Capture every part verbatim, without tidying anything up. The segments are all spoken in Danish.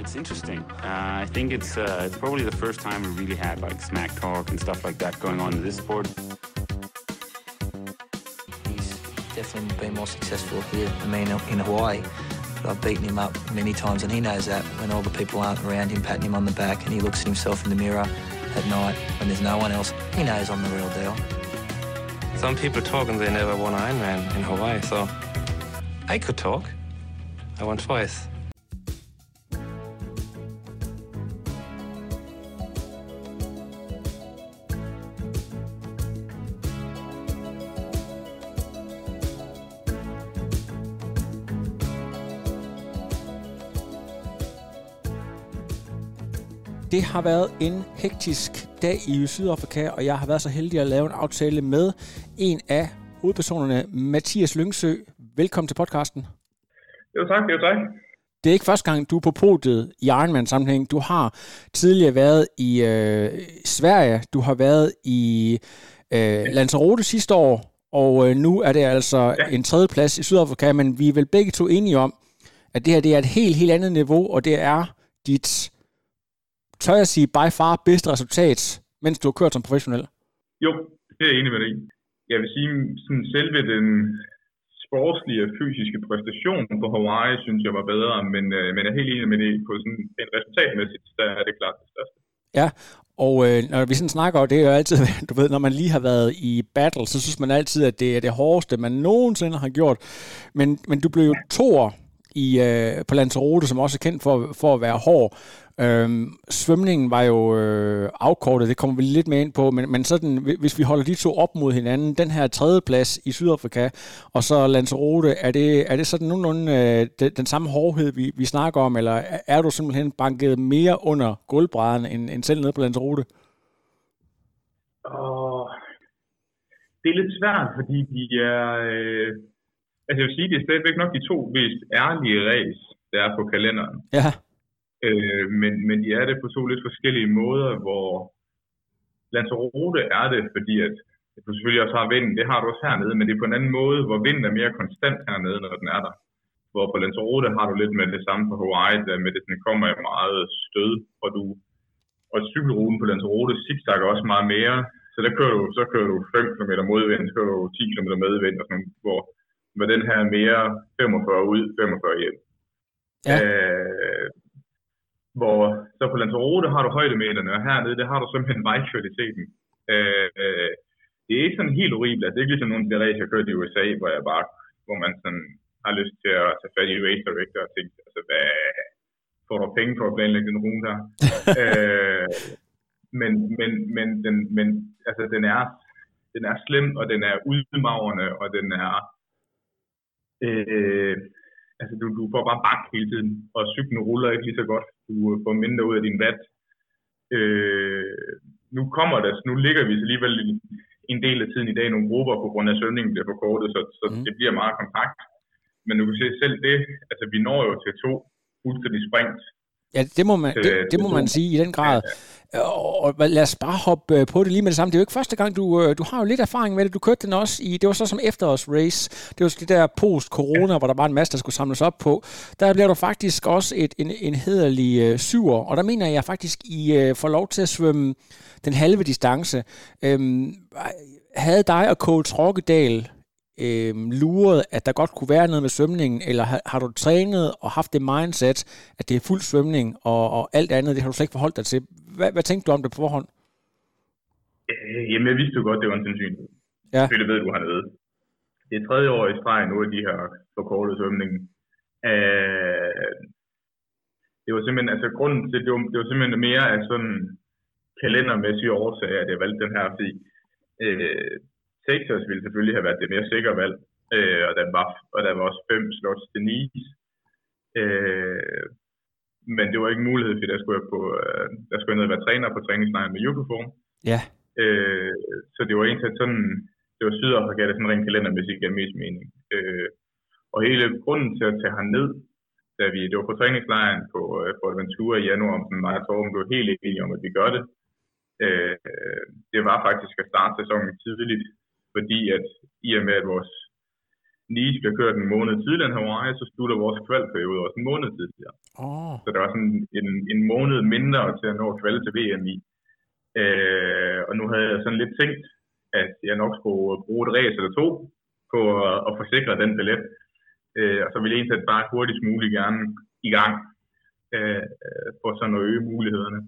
it's interesting. Uh, I think it's uh, it's probably the first time we really had like smack talk and stuff like that going on in this sport. He's definitely been more successful here than me in Hawaii. But I've beaten him up many times, and he knows that when all the people aren't around him patting him on the back and he looks at himself in the mirror at night when there's no one else, he knows I'm the real deal. Some people talk and they never won Ironman in Hawaii, so I could talk. I won twice. Det har været en hektisk dag i Sydafrika, og jeg har været så heldig at lave en aftale med en af hovedpersonerne, Mathias Lyngsø. Velkommen til podcasten. Jo tak, jo tak. Det er ikke første gang, du er på podiet i Ironman-sammenhæng. Du har tidligere været i øh, Sverige, du har været i øh, Lanzarote sidste år, og øh, nu er det altså ja. en tredjeplads i Sydafrika, men vi er vel begge to enige om, at det her det er et helt, helt andet niveau, og det er dit, tør jeg sige, by far bedste resultat, mens du har kørt som professionel? Jo, det er jeg enig med dig i. Jeg vil sige, sådan selve den sportslige og fysiske præstation på Hawaii, synes jeg var bedre, men, øh, men jeg er helt enig med det på sådan et resultatmæssigt, der er det klart det største. Ja, og øh, når vi sådan snakker, det er jo altid, du ved, når man lige har været i battle, så synes man altid, at det er det hårdeste, man nogensinde har gjort. Men, men du blev jo toer i, øh, på Lanzarote, som også er kendt for, for at være hård. Øhm, svømningen var jo øh, afkortet, det kommer vi lidt mere ind på, men, men sådan, hvis vi holder de to op mod hinanden, den her tredjeplads i Sydafrika, og så Lanzarote, er det, er det sådan nogenlunde øh, den, den samme hårdhed, vi, vi snakker om, eller er du simpelthen banket mere under gulvbrædderne, end, end selv nede på Lanzarote? Åh, det er lidt svært, fordi de er, øh, altså jeg vil sige, det er stadigvæk nok de to mest ærlige race, der er på kalenderen. Ja. Øh, men, men de er det på to lidt forskellige måder, hvor Lanzarote er det, fordi at, at du selvfølgelig også har vinden, det har du også hernede, men det er på en anden måde, hvor vinden er mere konstant hernede, når den er der. Hvor på Lanzarote har du lidt med det samme på Hawaii, der med det den kommer i meget stød, og du og cykelruten på Lanzarote zigzagger også meget mere, så der kører du, så kører du fem kilometer modvind, så kører du ti kilometer medvind, og sådan, hvor med den her mere femogfyrre ud, femogfyrre hjem. Ja. Øh, hvor så på Lanzarote har du højdemeterne, og hernede, det har du simpelthen vejkvaliteten. Øh, det er ikke sådan helt horribelt, altså det er ikke ligesom nogle af de racer, jeg kørte i U S A, hvor jeg bare, hvor man sådan har lyst til at tage fat i race director og tænke, altså hvad, får du penge for at planlægge den rute her? øh, men, men, men, den, men altså den er, den er slem, og den er udmagrende, og den er, øh, altså du, du får bare bak hele tiden, og cyklen ruller ikke lige så godt. Du får mindre ud af din watt. Øh, nu kommer det, nu ligger vi så alligevel en del af tiden i dag i nogle grupper, på grund af at svømningen bliver forkortet, så, så mm. det bliver meget kompakt. Men du kan se selv det, altså vi når jo til to fuldstændig springt. Ja, det må man, det, det må man sige i den grad. Ja. Og lad os bare hoppe på det lige med det samme. Det er jo ikke første gang, du, du har jo lidt erfaring med det. Du kørte den også i, det var så som efterårsrace. Det var det der post-corona, ja. Hvor der var en masse, der skulle samles op på. Der bliver du faktisk også et, en, en hederlig uh, syver. Og der mener jeg faktisk, I uh, får lov til at svømme den halve distance. Øhm, havde dig og coach Rokkedal Øh, luret, at der godt kunne være noget med svømningen, eller har, har du trænet og haft det mindset, at det er fuld svømning, og, og alt andet, det har du slet ikke forholdt dig til. Hvad, hvad tænkte du om det på forhånd? Øh, jamen, jeg vidste jo godt, det var en sandsynlighed. Ja. Det ved du hernede. Det er tredje år i streg nu af de her forkortede svømning. Øh, det var simpelthen, altså grunden til, det var, det var simpelthen mere af sådan kalendermæssige årsager, at jeg valgte den her, fordi øh, Texas ville selvfølgelig have været det mere sikre valg, øh, og, der var, og der var også fem slots til Nice. Øh, men det var ikke en mulighed, fordi der skulle jeg, på, øh, der skulle jeg ned og være træner på træningslejren med Yokoform. Ja. Øh, så det var egentlig sådan, det var Sydafrika, der sådan rent kalendermæssigt gav mest mening. Øh, og hele grunden til at tage herned, da vi, det var på træningslejren på øh, Fort Ventura i januar, om sådan meget Torben blev helt enige om, at vi gør det. Øh, det var faktisk at starte sæsonen tidligt, fordi at i og med, at vores Nice bliver kørt en måned tidligere end Hawaii, så slutter vores kvalperiode også en måned tidligere. Oh. Så der var sådan en, en måned mindre til at nå at kvalde til V M i. Øh, og nu havde jeg sådan lidt tænkt, at jeg nok skulle bruge et race eller to på at, at forsikre den billet. Øh, og så ville jeg egentlig bare hurtigst muligt gerne i gang øh, for sådan at øge mulighederne.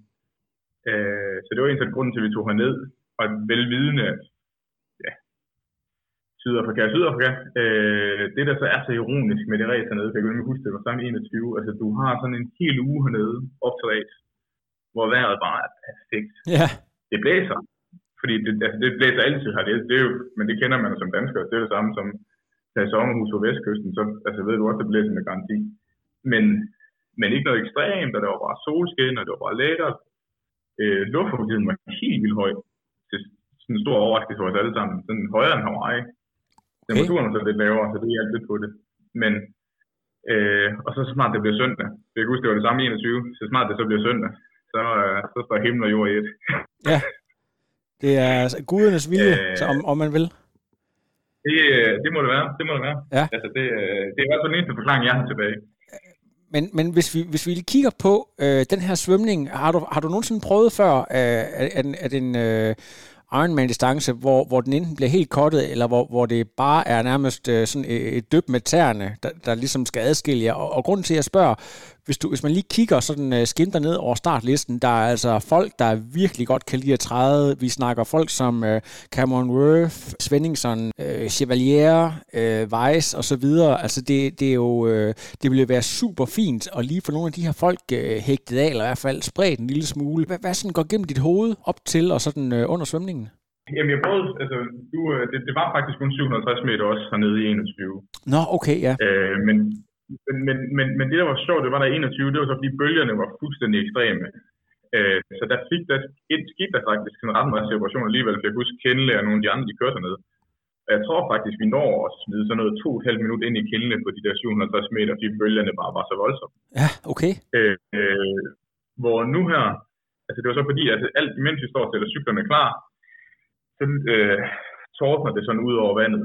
Øh, så det var egentlig grunden til, at vi tog herned, og velvidende, at ja, Sydafrika er Sydafrika. Øh, det, der så er så ironisk med det race hernede, kan jeg ikke huske, det var samme enogtyve, altså du har sådan en hel uge hernede op til race, hvor vejret bare er perfekt. Ja. Det blæser. Fordi det, altså, det blæser altid her. Det, det er jo, men det kender man som dansker. Det er det samme som der er sommerhus på vestkysten. Så altså, ved du også, det blæser med garanti. Men, men ikke noget ekstremt, og det var bare solskin, og det var bare lækkert. Øh, luftfugtigheden var helt vildt høj. Det er sådan en stor overraskelse for os alle sammen. Sådan højere end Hawaii. Okay. Temperaturen er så lidt lavere, så det er alt lidt på det. Men, øh, og så så snart det bliver søndag. Jeg kan huske, det var det samme enogtyve. Så snart det så bliver søndag, så, øh, så står himmel og jord i et. Ja. Det er gudernes vilje, øh, så om, om man vil. Det, det må det være. Det må det være. Ja. Altså, det, det er i hvert fald den eneste forklaring, jeg har tilbage. Men, men hvis, vi, hvis vi lige kigger på øh, den her svømning, har du, har du nogensinde prøvet før, øh, at, at en øh, Ironman-distance, hvor, hvor den enten bliver helt kottet, eller hvor, hvor det bare er nærmest øh, sådan et, et dyb med tæerne, der, der ligesom skal adskille jer. Og, og grunden til, at jeg spørger, hvis, du, hvis man lige kigger sådan øh, skimter ned over startlisten, der er altså folk, der virkelig godt kan lide at træde. Vi snakker folk som øh, Cameron Worth, Svenningsson, øh, Chevalier, øh, Weiss og så videre. Altså det, det er jo, øh, det ville være super fint at lige få nogle af de her folk øh, hægtet af, eller i hvert fald spredt en lille smule. Hvad, hvad sådan går gennem dit hoved op til og sådan øh, under svømningen? Jamen, jeg prøvede, altså, du, det, det var faktisk kun syv hundrede og halvtreds meter også hernede i enogtyve. Nå, okay, ja. Øh, men, men, men, men det, der var sjovt, det var der enogtyve, det var så, fordi bølgerne var fuldstændig ekstreme. Øh, så der fik der, et skib, der faktisk en ret meget separation alligevel, for jeg kunne huske Kendle og nogle af de andre, de kørte hernede. Og jeg tror faktisk, vi når at smide sådan noget to og et halvt minut ind i Kendle på de der syv hundrede og halvtreds meter, fordi bølgerne bare var så voldsomme. Ja, okay. Øh, øh, hvor nu her, altså det var så fordi, at alt imens vi står og stiller cyklerne klar, så øh, tordner det sådan ud over vandet.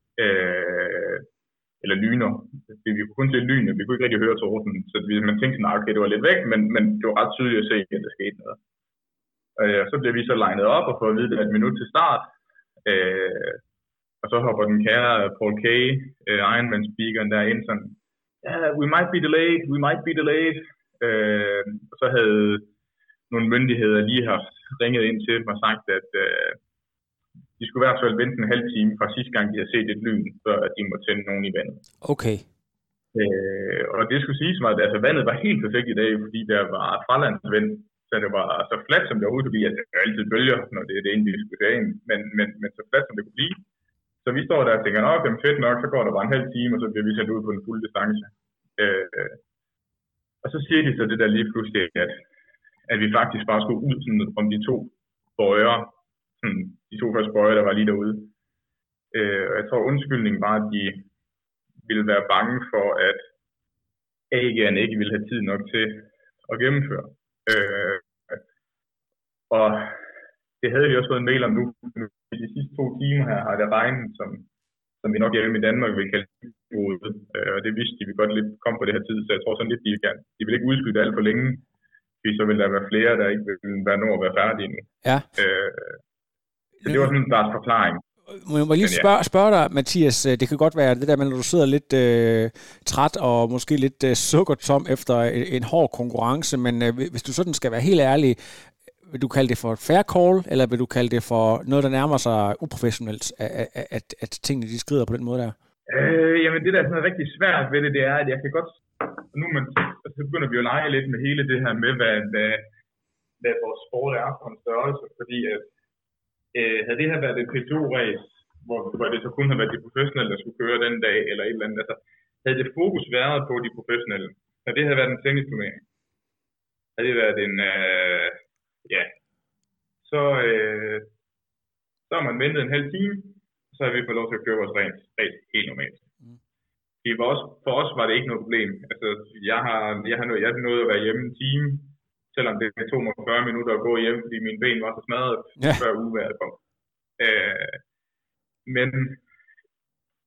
Øh, eller lyner. Vi, vi kunne kun se lyne, vi kunne ikke rigtig høre torden. Så vi, man tænkte sådan, okay, det var lidt væk, men, men det var ret tydeligt at se, at der skete noget. Øh, så bliver vi så legnet op og får at vide, at det er et minut til start. Øh, og så hopper den kære Paul Kay, uh, Ironman-speakeren, der ind sådan, yeah, we might be delayed, we might be delayed. Øh, og så havde nogle myndigheder lige haft ringet ind til dem og sagt, at uh, de skulle i hvert fald vente en halv time fra sidste gang, de havde set et lyn, før de måtte sende nogen i vandet. Okay. Øh, og det skulle siges mig, at altså, vandet var helt perfekt i dag, fordi der var fralandsvind, så det var så fladt, som det overhovedet kunne blive. Altså, det er altid bølger, når det er det ene, vi skulle tage ind, men, men, men så fladt, som det kunne blive. Så vi står der og tænker, at det er fedt nok, så går der bare en halv time, og så bliver vi sendt ud på en fuld distance. Øh, og så siger de så det der lige pludselig, at, at vi faktisk bare skulle ud sådan, om de to bøjer, sådan, de to første bøjer, der var lige derude. Øh, og jeg tror, undskyldningen var, at de ville være bange for, at A G'erne ikke ville have tid nok til at gennemføre. Øh, og det havde vi også fået en mail om nu. I de sidste to timer her har det regnet, som, som vi nok hjemme i Danmark vil kalde det. Øh, og det vidste de, vi godt lidt kom på det her tid, så jeg tror sådan lidt, de kan. De vil ikke udskyde alt for længe, fordi så vil der være flere, der ikke vil være nået at være færdige nu. Ja. Øh, så det var sådan deres forklaring. Må jeg lige spørge, spørge dig, Mathias, det kan godt være det der med, når du sidder lidt øh, træt og måske lidt øh, sukkertom efter en, en hård konkurrence, men øh, hvis du sådan skal være helt ærlig, vil du kalde det for et fair call, eller vil du kalde det for noget, der nærmer sig uprofessionelt, at, at, at, at tingene de skrider på den måde der? Øh, jamen det der er sådan rigtig svært ved det, det er, at jeg kan godt, nu man, altså, så begynder vi jo at lege lidt med hele det her med, hvad, hvad, hvad vores sport er for en størrelse, fordi at Øh, havde det her været et P to race, hvor, hvor det så kun havde været de professionelle, der skulle køre den dag, eller et eller andet, altså, havde det fokus været på de professionelle, havde det havde været en tennisturnering, havde det været en, øh, ja, så, øh, så har man ventet en halv time, så har vi fået lov til at køre vores race helt normalt. Mm. Det var også, for os var det ikke noget problem. Altså, jeg har, jeg har nået, jeg har nået at være hjemme en time, selvom det tog mig fyrre minutter at gå hjem, fordi mine ben var så smadret, ja. Før uvejret kom. Øh, men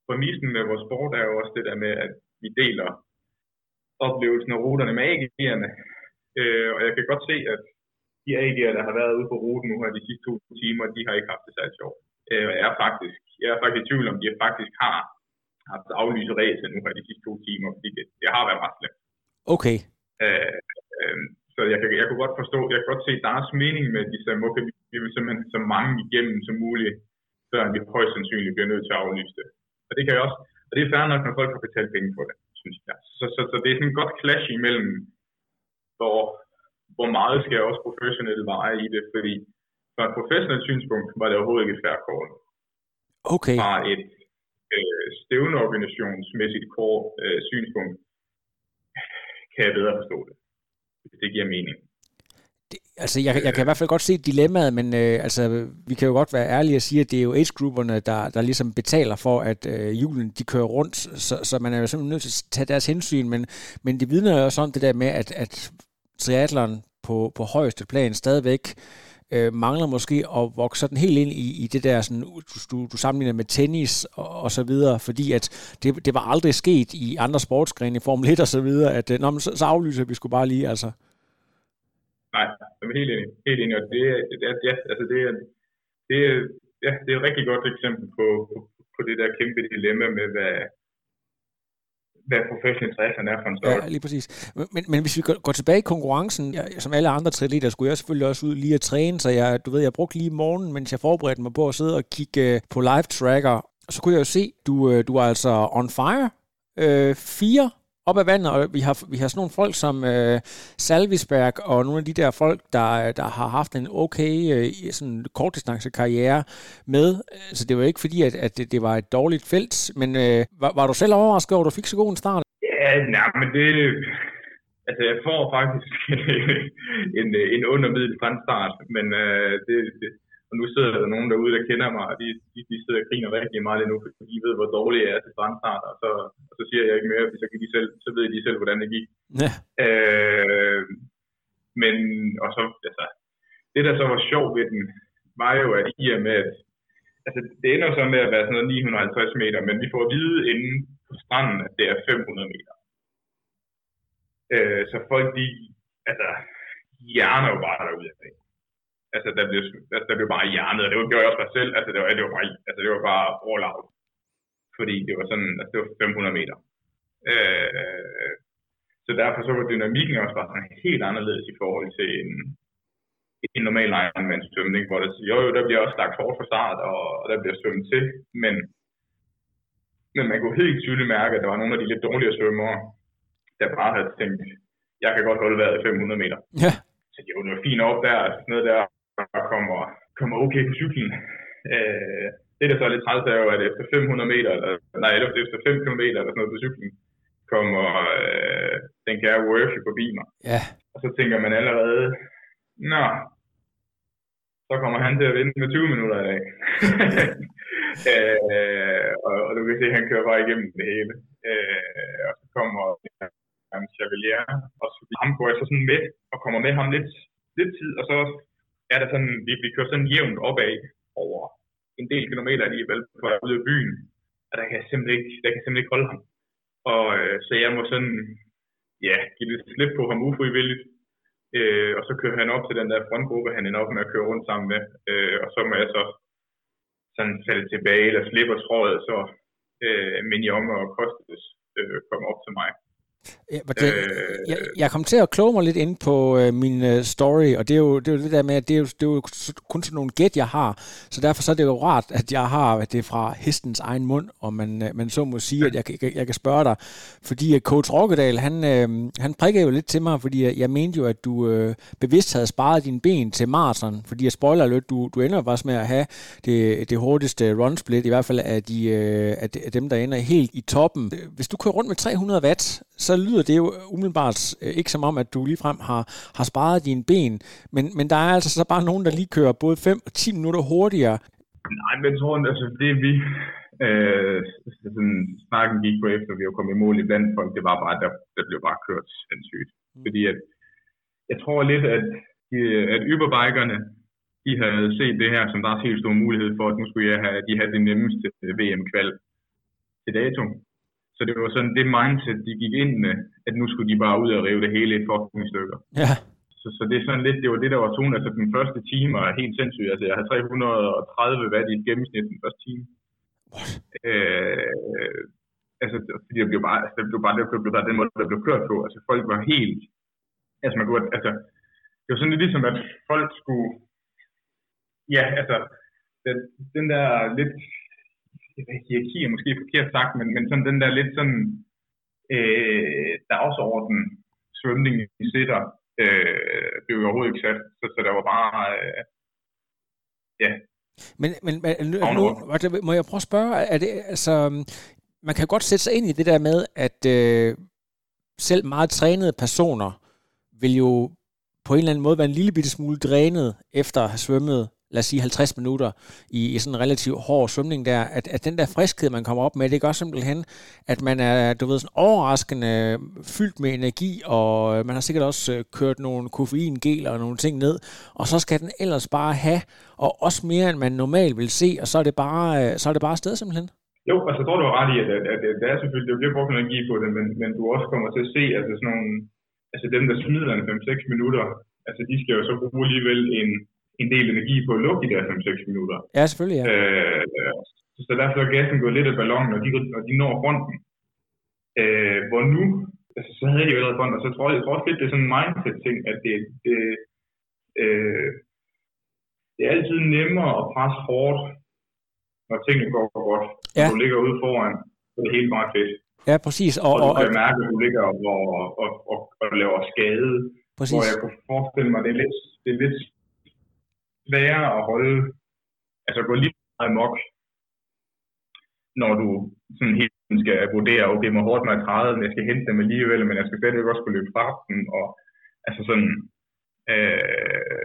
præmissen med vores sport er jo også det der med, at vi deler oplevelsen af ruterne med A G'erne. Øh, og jeg kan godt se, at de A G'er, der har været ude på ruten nu her de sidste to timer, de har ikke haft det særligt sjovt. Øh, jeg er faktisk, jeg er faktisk i tvivl om, de faktisk har haft aflyst ræset nu her de sidste to timer, fordi det, det har været ret slemt. Okay. Øh, øh, så jeg kan, jeg kunne godt forstå, jeg kan godt se deres mening med, at de sagde, okay, vi vil simpelthen så mange igennem som muligt, før vi højst sandsynligt bliver nødt til at aflyse det. Og det kan jeg også, og det er fair nok, når folk har betalt penge for det, synes jeg. Så, så, så det er sådan et godt clash imellem, hvor, hvor meget skal også professionelle veje i det, fordi fra et professionelt synspunkt var det overhovedet ikke et fair call. Okay. Fra et øh, stævneorganisationsmæssigt core øh, synspunkt, kan jeg bedre forstå det, hvis det giver mening. Det, altså, jeg, jeg kan i hvert fald godt se dilemmaet, men øh, altså, vi kan jo godt være ærlige og sige, at det er jo age-grupperne, der, der ligesom betaler for, at øh, julen de kører rundt, så, så man er jo simpelthen nødt til at tage deres hensyn, men, men det vidner jo også om det der med, at, at triathlon på, på højeste plan stadigvæk øh, mangler måske at vokse sådan helt ind i, i det der, sådan, du, du sammenligner med tennis og, og så videre, fordi at det, det var aldrig sket i andre sportsgrene i Formel et og så videre, at øh, nå, så, så aflyser vi sgu bare lige, altså. Nej, jeg er helt enig. Helt enig, og det er, det er, ja, altså det er, det er, ja, det er et rigtig godt eksempel på, på, på det der kæmpe dilemma med, hvad, hvad professionel triathlon er for en størrelse. Ja, lige præcis. Men, men hvis vi går, går tilbage i konkurrencen, jeg, som alle andre triatleter, skulle jeg selvfølgelig også ud lige at træne, så jeg, du ved, jeg brugte lige morgenen, mens jeg forberedte mig på at sidde og kigge på live tracker, så kunne jeg jo se, du, du er altså on fire, øh, fire op ad vandet, og vi har, vi har sådan nogle folk som øh, Salvisberg og nogle af de der folk, der, der har haft en okay øh, sådan kortdistance karriere med. Så det var ikke fordi, at, at det, det var et dårligt felt, men øh, var, var du selv overrasket over, at du fik så god en start? Ja, nej, men det... Altså, jeg får faktisk en, en undermiddel start, men øh, det... det og nu sidder der nogen derude, der kender mig, og de, de, de sidder og griner rigtig meget lige nu, fordi de ved, hvor dårlig jeg er til strandstart, og så, og så siger jeg ikke mere, fordi så, kan de selv, så ved de selv, hvordan det gik. Ja. Øh, men, og så, altså, det der så var sjovt ved den, var jo, at i og med, at, altså, det ender så med at være sådan noget ni hundrede og halvtreds meter, men vi får at vide inde på stranden, at det er fem hundrede meter. Øh, så folk, de, altså, hjerner jo bare derude af det. Altså, der blev, der blev bare hjernet, og det gjorde jeg også mig selv. Altså, det var, det var bare, altså, det var bare all out. Fordi det var sådan, altså, det var fem hundrede meter. Øh, så derfor så var dynamikken også bare sådan helt anderledes i forhold til en, en normal Ironman-svømning, hvor der, jo, jo, der bliver også lagt hårdt fra start, og, og der bliver svømmet til, men, men man kunne helt tydeligt mærke, at der var nogle af de lidt dårligere svømmere, der bare havde tænkt, jeg kan godt holde vejret i fem hundrede meter. Ja. Så jo, det var fint op der, altså sådan noget der, der kommer, kommer okay på cyklen. Øh, det der så er lidt træls er jo, at efter fem hundrede meter, eller, nej, efter fem kilometer eller sådan noget på cyklen, kommer øh, den kære Worthy forbi mig. Ja. Og så tænker man allerede, nå, så kommer han til at vinde med tyve minutter i dag. øh, og, og du kan se, at han kører bare igennem det hele. Øh, og så kommer han Chevalier, og så ham går jeg så sådan med, og kommer med ham lidt, lidt tid, og så er der sådan, vi, vi kører sådan jævnt opad over en del kilometer alligevel, for at ud af byen, og der kan jeg simpelthen ikke, der kan jeg simpelthen ikke holde ham. Og øh, så jeg må sådan, ja, give lidt slip på ham ufrivilligt, øh, og så kører han op til den der frontgruppe, han ender op med at køre rundt sammen med, øh, og så må jeg så sådan falde tilbage, eller slippe og trådet, så øh, Mignon og Kostes øh, kommer op til mig. Ja, det, jeg, jeg kom til at kloge mig lidt ind på øh, min øh, story, og det er, jo, det er jo det der med, at det er jo, det er jo kun sådan nogle gæt, jeg har, så derfor så er det jo rart, at jeg har det fra hestens egen mund, og man, øh, man så må sige, at jeg, jeg, jeg kan spørge dig, fordi uh, coach Rokkedal, han, øh, han prikkede jo lidt til mig, fordi jeg, jeg mente jo, at du øh, bevidst havde sparet dine ben til maraton, fordi jeg spoiler lidt, du, du ender faktisk med at have det, det hurtigste run split, i hvert fald af, de, øh, af, de, af dem, der ender helt i toppen. Hvis du kører rundt med tre hundrede watt, så lyder det jo umiddelbart øh, ikke som om, at du ligefrem har, har sparet dine ben, men, men der er altså så bare nogen, der lige kører både fem og ti minutter hurtigere. Nej, men jeg tror, altså det vi øh, sådan, snakken gik på efter, vi var kommet i mål i blandt folk, det var bare, der, der blev bare kørt sindssygt. Mm. Fordi at, jeg tror lidt, at, at Uberbikerne, de havde set det her som deres helt store mulighed for, at nu skulle jeg have, de have det nemmeste V M-kval til dato. Så det var sådan det mindset, de gik ind med, at nu skulle de bare ud og rive det hele i fucking stykker. Ja. Så, så det er sådan lidt, det var det, der var tonen. Altså den første time var helt sindssygt. Altså jeg havde tre hundrede og tredive watt i et gennemsnit den første time. Øh, altså fordi det blev bare, altså, det blev bare, det blev bare den måde, der blev kørt på. Altså folk var helt, altså man kunne, altså det var sådan lidt ligesom, at folk skulle, ja altså, den, den der lidt, hierarki er måske forkert sagt, men, men sådan den der lidt sådan øh, dagsorden svømning i sitter øh, blev overhovedet ikke sat, så, så der var bare øh, ja. Men, men, men nu, må jeg prøve at spørge, er det, altså, man kan godt sætte sig ind i det der med, at øh, selv meget trænede personer vil jo på en eller anden måde være en lille bitte smule drænet efter at have svømmet, lad os sige halvtreds minutter i, i sådan en relativt hård svømning der, at, at den der friskhed, man kommer op med, det gør simpelthen, at man er, du ved, sådan overraskende fyldt med energi, og man har sikkert også kørt nogle koffeingeler og nogle ting ned, og så skal den ellers bare have, og også mere, end man normalt vil se, og så er det bare, så er det bare afsted simpelthen. Jo, altså jeg tror, du har ret i, at, at, at, at det er selvfølgelig, det bliver brugt energi på det, men, men du også kommer til at se, altså sådan nogle, altså dem, der smider en fem seks minutter, altså de skal jo så bruge alligevel en en del energi på at lukke de der fem seks minutter. Ja, selvfølgelig, ja. Øh, så derfor er gassen gået lidt af ballonen, når de, når de når fronten. Øh, hvor nu, altså så havde de jo allerede fronten, og så tror jeg, jeg tror også lidt, det er sådan en mindset-ting, at det, det, øh, det er altid nemmere at presse hårdt, når tingene går godt. Ja. Når du ligger ude foran, så er det helt meget fedt. Ja, præcis. Og, og, og du kan og, mærke, at du ligger og, og, og, og, og laver skade. Præcis. Hvor jeg kunne forestille mig, det er lidt, det er lidt sværere at holde, altså gå lige meget amok, når du sådan helt skal vurdere, okay, hvor hårdt man er trædet, men jeg skal hente dem alligevel, men jeg skal stadigvæk også kunne løbe fra dem, og altså sådan, øh,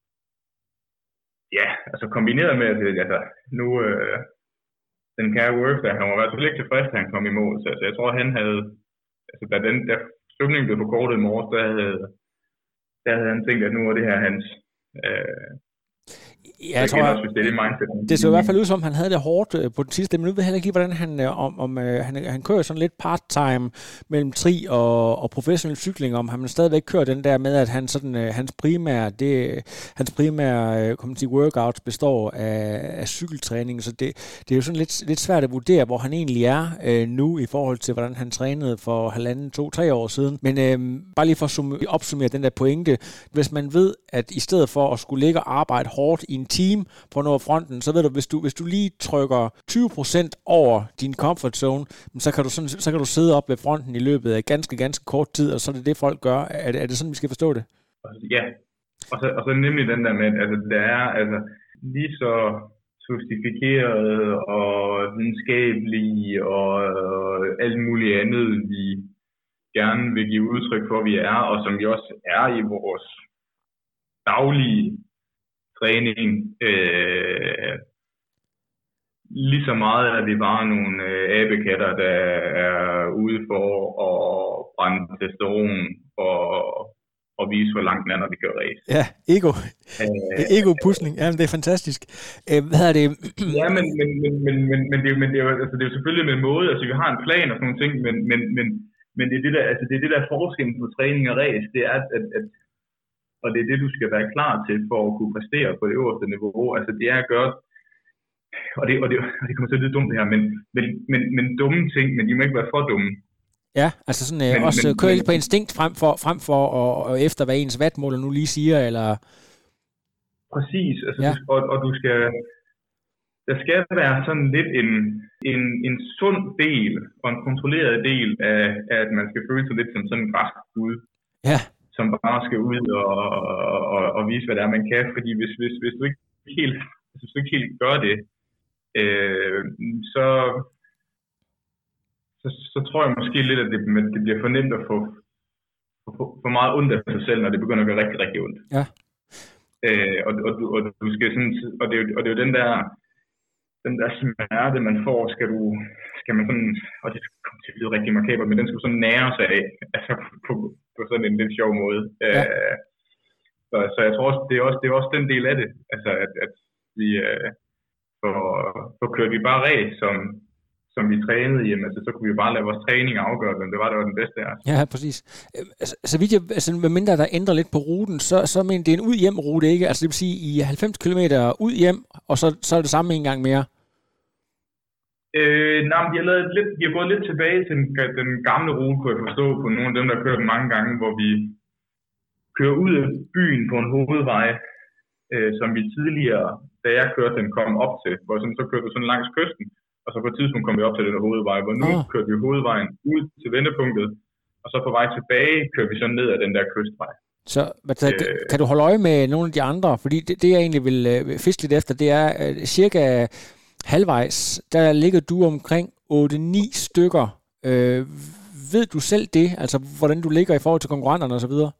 ja, altså kombineret med, at altså, nu, øh, den kære Worth, der han var i hvert fald ikke tilfreds, da han kom i mål, så altså, jeg tror, han havde, altså da den der svømning blev forkortet i morges, der havde, der havde han tænkt, at nu var det her hans, øh, Ja, jeg tror, også, det, det, det så i hvert fald ud som, han havde det hårdt øh, på den sidste, men nu ved jeg heller ikke lige, hvordan han, øh, om, om øh, han, han kører sådan lidt part-time mellem tri og, og professionel cykling, om han stadigvæk kører den der med, at han sådan, øh, hans primære, det, hans primære øh, kan man sige, workouts består af, af cykeltræning, så det, det er jo sådan lidt, lidt svært at vurdere, hvor han egentlig er øh, nu i forhold til, hvordan han trænede for halvanden, to, tre år siden. Men øh, bare lige for at opsummere den der pointe, hvis man ved, at i stedet for at skulle ligge og arbejde hårdt i en team på nå fronten, så ved du, hvis du, hvis du lige trykker tyve procent over din comfort zone, så kan, du sådan, så kan du sidde op ved fronten i løbet af ganske, ganske kort tid, og så er det det, folk gør. Er det, er det sådan, vi skal forstå det? Ja, og så, og så nemlig den der med, at altså, der er altså, lige så sofistikerede og videnskabelige og øh, alt muligt andet, vi gerne vil give udtryk for, vi er, og som vi også er i vores daglige træning. Øh, lige så meget er vi bare nogle øh, abekatter, der er ude for at brænde testosteron og, og vise, hvor langt den er, når vi kører race. Ja, ego. Øh, Ego-pushning. Ja, det er fantastisk. Øh, hvad er det? Ja, men, men, men, men, men, men, det, er, men det, er jo, altså, det er jo selvfølgelig med en måde. Altså, vi har en plan og sådan nogle ting, men, men, men, men det er det der, altså, det er det der forskellen på træning og race. Det er, at, at og det er det, du skal være klar til for at kunne præstere på det øverste niveau. Altså det er at gøre, og det, og det, og det kommer til at lyde dumt det her, men, men, men, men dumme ting, men de må ikke være for dumme. Ja, altså sådan øh, men, også men, køre lidt på instinkt frem for, frem for og, og efter, hvad ens wattmåler nu lige siger, eller... Præcis, altså, ja. du, og, og du skal, der skal være sådan lidt en, en, en sund del, og en kontrolleret del af, af, at man skal føle sig lidt som sådan en græsk gud. Ja. Som bare skal ud og, og, og vise, hvad det er, man kan. Fordi hvis, hvis, hvis, du, ikke helt, hvis du ikke helt gør det, øh, så, så, så tror jeg måske lidt, at det, det bliver for nemt at få for, for meget ondt af sig selv, når det begynder at gøre rigtig, rigtig ondt. Ja. Øh, og, og, og, du skal sådan, og, det er, og det er jo den der, den der smerte, man får, skal du, skal man sådan, og det kommer til at lyde rigtig markabert, men den skal sådan nære sig af, altså på, på sådan en lidt sjov måde. Ja. Øh, så, så jeg tror også, det er også, det er også den del af det, altså at, at vi øh, får, får kørt vi bare race, som, som vi trænede hjemme, altså, så kunne vi jo bare lade vores træning afgøre, men det var, det var den bedste af os. Ja, præcis. Altså, så vidt jeg, altså, medmindre der ændrer lidt på ruten, så, så men det er en ud-hjem-rute, ikke? Altså, det vil sige, i halvfems kilometer ud-hjem, og så, så er det samme en gang mere. Øh, nej, de har, lavet lidt, de har gået lidt tilbage til den, den gamle rute, kunne jeg forstå, på nogle af dem, der kører mange gange, hvor vi kører ud af byen på en hovedvej, øh, som vi tidligere, da jeg kørte den, kom op til, hvor sådan, så kørte vi sådan langs kysten, og så på et tidspunkt kom vi op til den hovedvej, hvor nu oh. kører vi hovedvejen ud til vendepunktet, og så på vej tilbage kører vi så ned ad den der kystvej. Så hvad, øh, kan du holde øje med nogle af de andre? Fordi det, det jeg egentlig vil øh, fiske lidt efter, det er øh, cirka halvvejs, der ligger du omkring otte ni stykker. Øh, ved du selv det? Altså, hvordan du ligger i forhold til konkurrenterne og så videre?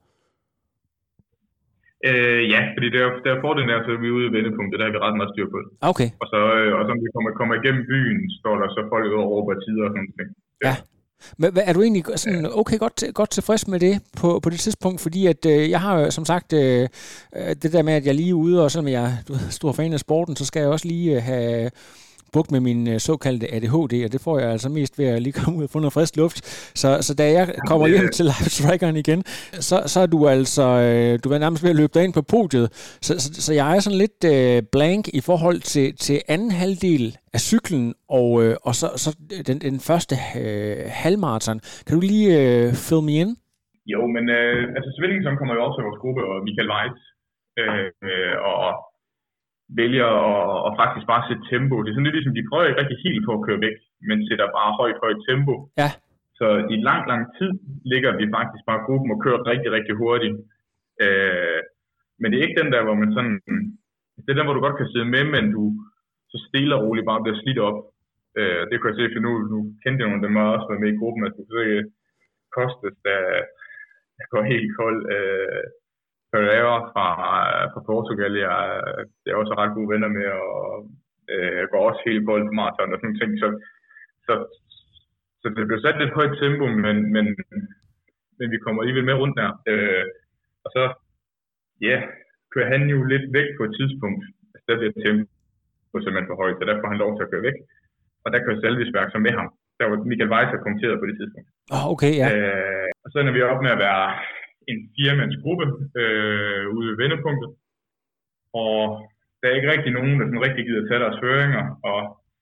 Øh, ja, fordi det er, der er fordelen af, at vi er ude i vendepunktet, der har vi ret meget styr på det. Okay. Og så, øh, og så når vi kommer, kommer igennem byen, står der så folk ud og råber tider og sådan noget. Ja. ja. Men er du egentlig sådan okay godt, godt tilfreds med det på, på det tidspunkt? Fordi at øh, jeg har jo som sagt øh, det der med, at jeg lige er ude, og selvom jeg er stor fan af sporten, så skal jeg også lige øh, have bugt med min øh, såkaldte A D H D, og det får jeg altså mest ved at lige komme ud og få noget frisk luft. Så, så da jeg kommer hjem til live-trackeren igen, så, så er du altså, øh, du er nærmest ved at løbe dig ind på podiet. Så, så, så jeg er sådan lidt øh, blank i forhold til, til anden halvdel af cyklen, og, øh, og så, så den, den første øh, halvmarathon. Kan du lige øh, fill me in? Jo, men øh, altså Svendingsen kommer jo også til vores gruppe, og Michael Weiss, øh, øh, og vælger at, at faktisk bare sætte tempo. Det er sådan lidt ligesom, de prøver ikke rigtig helt på at køre væk, men sætter bare højt, højt tempo. Ja. Så i lang, lang tid ligger vi faktisk bare gruppen og kører rigtig, rigtig hurtigt. Øh, men det er ikke den der, hvor man sådan... Det er den, hvor du godt kan sidde med, men du så stille og roligt bare bliver slidt op. Øh, det kan jeg se, for nu, nu kendte jeg nogle af dem, der også været med i gruppen, at du kan se Kostes, der, der går helt kold. Øh, Pereira fra, fra Portugal, jeg, jeg er også ret gode venner med, og øh, går også helt kold på maraton og sådan nogle ting. Så, så, så det bliver sat lidt højt tempo, men, men, men vi kommer alligevel med rundt der. Øh, og så, ja, yeah, kører han jo lidt væk på et tidspunkt. Altså, der bliver tempo simpelthen for højt, så der får han lov til at køre væk. Og der kører Salvisberg så med ham. Der var Michael Weiss der kommenteret på det tidspunkt. Oh, okay, ja. Øh, og så ender vi op med at være en firemands gruppe øh, ude ved vendepunktet. Og der er ikke rigtig nogen, der sådan rigtig gider tage deres føringer. Og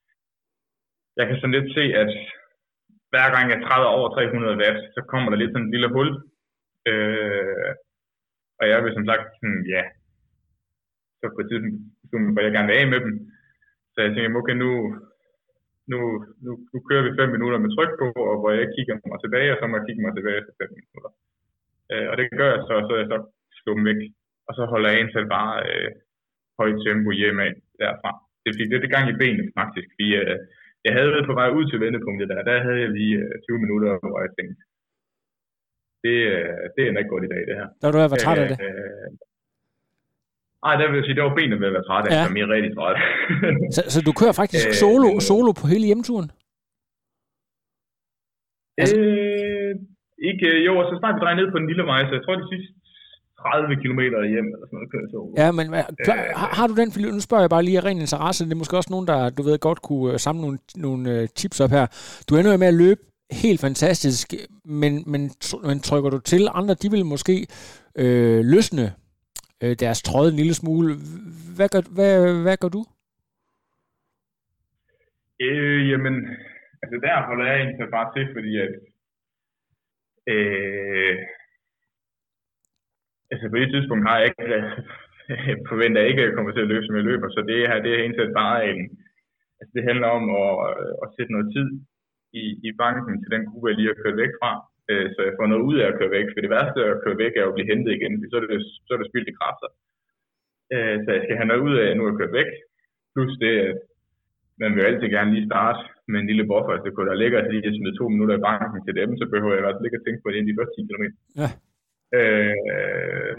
jeg kan sådan lidt se, at hver gang jeg træder over tre hundrede watt, så kommer der lidt sådan en lille hul. Øh, og jeg vil som sagt sådan, ja, så på et tidspunkt, hvor jeg gerne vil af med dem. Så jeg tænker, okay, nu, nu, nu, nu kører vi fem minutter med tryk på, og hvor jeg kigger mig tilbage, og så må jeg kigge mig tilbage til fem minutter. Øh, og det gør jeg så, så jeg så slår dem væk. Og så holder jeg en selv bare øh, højt tempo hjemme af derfra. Det fik lidt gang i benet faktisk, fordi øh, jeg havde været på vej ud til vendepunktet der. Der havde jeg lige øh, tyve minutter, hvor jeg tænkte, det, øh, det er ikke godt i dag, det her. Der var du været træt af det? Øh, Nej, der vil jeg sige, der var benet ved at være træt af, ja. Så mere rigtig træt. så, så du kører faktisk solo, solo på hele hjemturen? Altså... Øh, ikke, jo, og så snart vi drejer ned på den lille vej, så jeg tror, de sidste tredive kilometer hjem, eller sådan noget, kører jeg solo. Ja, men klar, har, har du den, for nu spørger jeg bare lige af ren interesse, det er måske også nogen, der, du ved, godt kunne samle nogle, nogle uh, tips op her. Du ender jo med at løbe helt fantastisk, men, men, men trykker du til andre, de vil måske øh, løsne øh, deres tråd en lille smule. Hvad gør, hvad, hvad gør du? Øh, jamen, altså der holder jeg egentlig bare til, fordi at øh, altså på det tidspunkt har jeg ikke øh, forventer jeg ikke at komme til at løbe, som jeg løber, så det her, det er egentlig bare en, altså det handler om at, at sætte noget tid i, i banken til den gruppe, jeg lige har kørt væk fra, øh, så jeg får noget ud af at køre væk, for det værste af at køre væk er at blive hentet igen, så er det, så er det spildt i kræfter. Øh, så jeg skal have noget ud af, at nu er jeg kørt væk, plus det, at man vil altid gerne lige starte med en lille buffer, så kunne der ligge at lige smide to minutter i banken til dem, så behøver jeg i hvert fald ikke at tænke på det inden de første ti kilometer. Ja. Øh,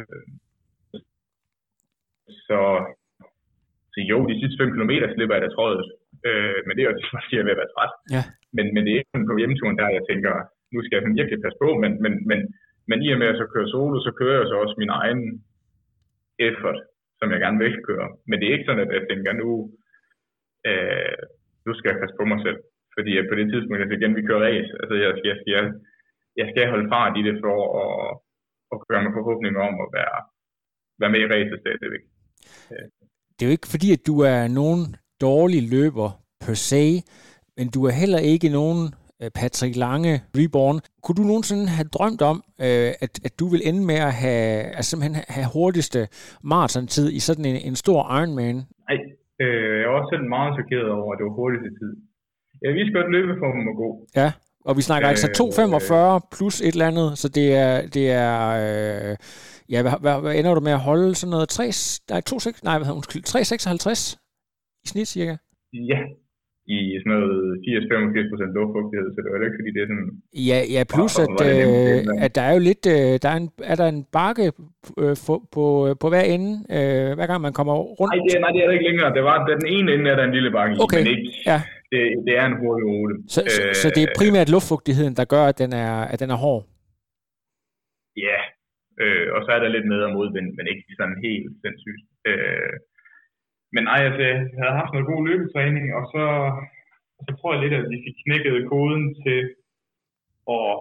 så, så jo, de sidste fem kilometer slipper jeg da trådet, øh, men det er jo det, fordi jeg er ved at være træt. Ja. Men, men det er ikke på hjemturen, der jeg tænker, nu skal jeg virkelig passe på, men, men, men, men i og med at jeg så kører solo, så kører jeg så også min egen effort, som jeg gerne vil køre. Men det er ikke sådan, at jeg tænker, nu Øh, nu skal jeg passe på mig selv, fordi på det tidspunkt, altså igen, vi kører race, altså jeg skal, jeg skal, jeg skal holde fart i det for at, at gøre mig forhåbninger om at være, være med i racet stadigvæk. Det er jo ikke fordi, at du er nogen dårlig løber per se, men du er heller ikke nogen Patrick Lange reborn. Kunne du nogensinde have drømt om, øh, at, at du vil ende med at have, altså simpelthen have hurtigste maratontid i sådan en, en stor Ironman? Nej, øh, jeg var også selv meget chokeret over, at det var hurtigste tid. Jeg vidste godt, at løbeformen var god. Ja, og vi snakker øh, altså to femogfyrre plus et eller andet, så det er, det er øh, ja, hvad, hvad, hvad ender du med at holde sådan noget tre, nej, to, nej, hvad hedder, undskyld, tre seksoghalvtreds i snit cirka? Ja, i sådan noget firs til femogfirs procent luftfugtighed, så det var ikke, fordi det er sådan... Ja, ja plus at, øh, at der er jo lidt, øh, der er, en, er der en bakke øh, på, på, på hver ende, øh, hver gang man kommer rundt? Nej, det er, nej, det er der ikke længere. Det var, den ene ende er der en lille bakke i, okay. Men ikke, ja. det, det er en hurtig rute. Så, øh, så, så det er primært luftfugtigheden, der gør, at den er, at den er hård? Ja, øh, og så er der lidt med- og modvind, men ikke sådan helt sindssygt. Øh, men nej, altså, jeg havde haft noget god løbetræning, og så... Så tror jeg lidt, at vi fik knækket koden til at,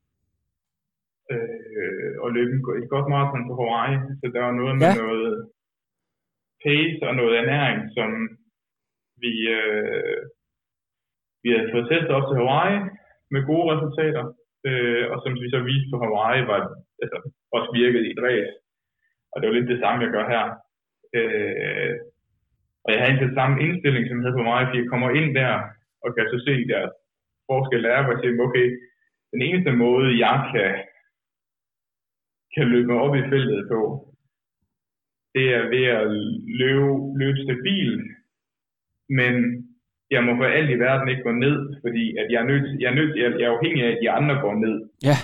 øh, at løbe et godt maraton på Hawaii. Så der var noget med ja. noget pace og noget ernæring, som vi, øh, vi havde fået testet op til Hawaii med gode resultater. Øh, og som vi så viste på Hawaii, var altså, også virket i et race. Og det var lidt det samme, jeg gør her. Øh, og jeg havde egentlig den samme indstilling, som jeg havde på Hawaii, fordi jeg kommer ind der, og kan så se deres forskel lære, hvor jeg siger, okay, den eneste måde, jeg kan, kan løbe mig op i feltet på, det er ved at løbe, løbe stabilt, men jeg må for alt i verden ikke gå ned, fordi at jeg, er nødt, jeg, er nødt, jeg, jeg er afhængig af, at de andre går ned. Ja.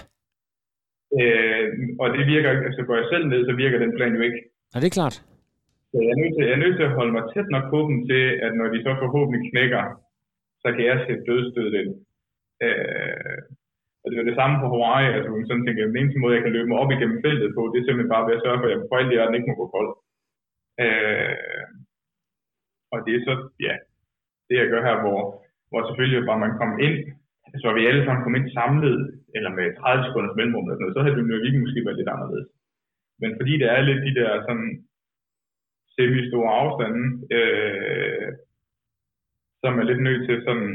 Øh, og det virker ikke, altså går jeg selv ned, så virker den plan jo ikke. Ja, det er klart. Så jeg er nødt til, jeg er nødt til at holde mig tæt nok på dem til, at når de så forhåbentlig knækker, så kan jeg sætte dødstødet ind. Øh, og det var det samme på Hawaii, altså man sådan tænker, den eneste måde, jeg kan løbe mig op igennem feltet på, det er simpelthen bare ved at sørge for, at jeg på alt det, ikke må gå kold. Øh, og det er så, ja, det jeg gør her, hvor, hvor selvfølgelig bare man kommer ind, så vi alle sammen kom ind samlet, eller med tredive sekunders mellemrum, eller sådan noget, så havde dynamikken måske været lidt anderledes. Men fordi det er lidt de der sådan semi-store afstande, øh, så er man lidt nødt til sådan,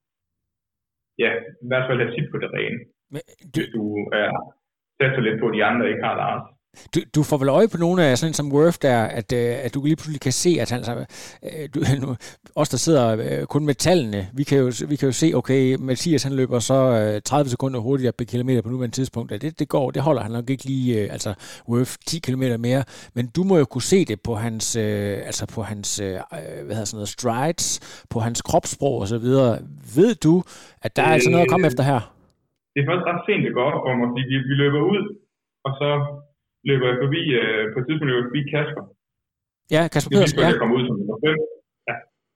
ja, i hvert fald have sit på det rene, men du, hvis du er sætter lidt på, de andre ikke har Lars. Du, du får vel øje på nogle af sådan som Worth der, at, at du lige pludselig kan se, at han, du, nu, os der sidder kun med tallene, vi kan jo, vi kan jo se, okay, Mathias han løber så tredive sekunder hurtigere per kilometer på nuværende tidspunkt, det, det går, det holder han nok ikke lige, altså Worth ti kilometer mere, men du må jo kunne se det på hans, altså på hans, hvad hedder sådan noget, strides, på hans kropssprog og så videre. Ved du, at der er altså noget at komme efter her? Det er faktisk ret sent, det går op om, fordi vi, vi løber ud, og så løber jeg forbi, øh, på et tidspunkt løber jeg forbi Kasper. Ja, Kasper Pedersen, ja. Jeg kom ud som nummer fem. Ja.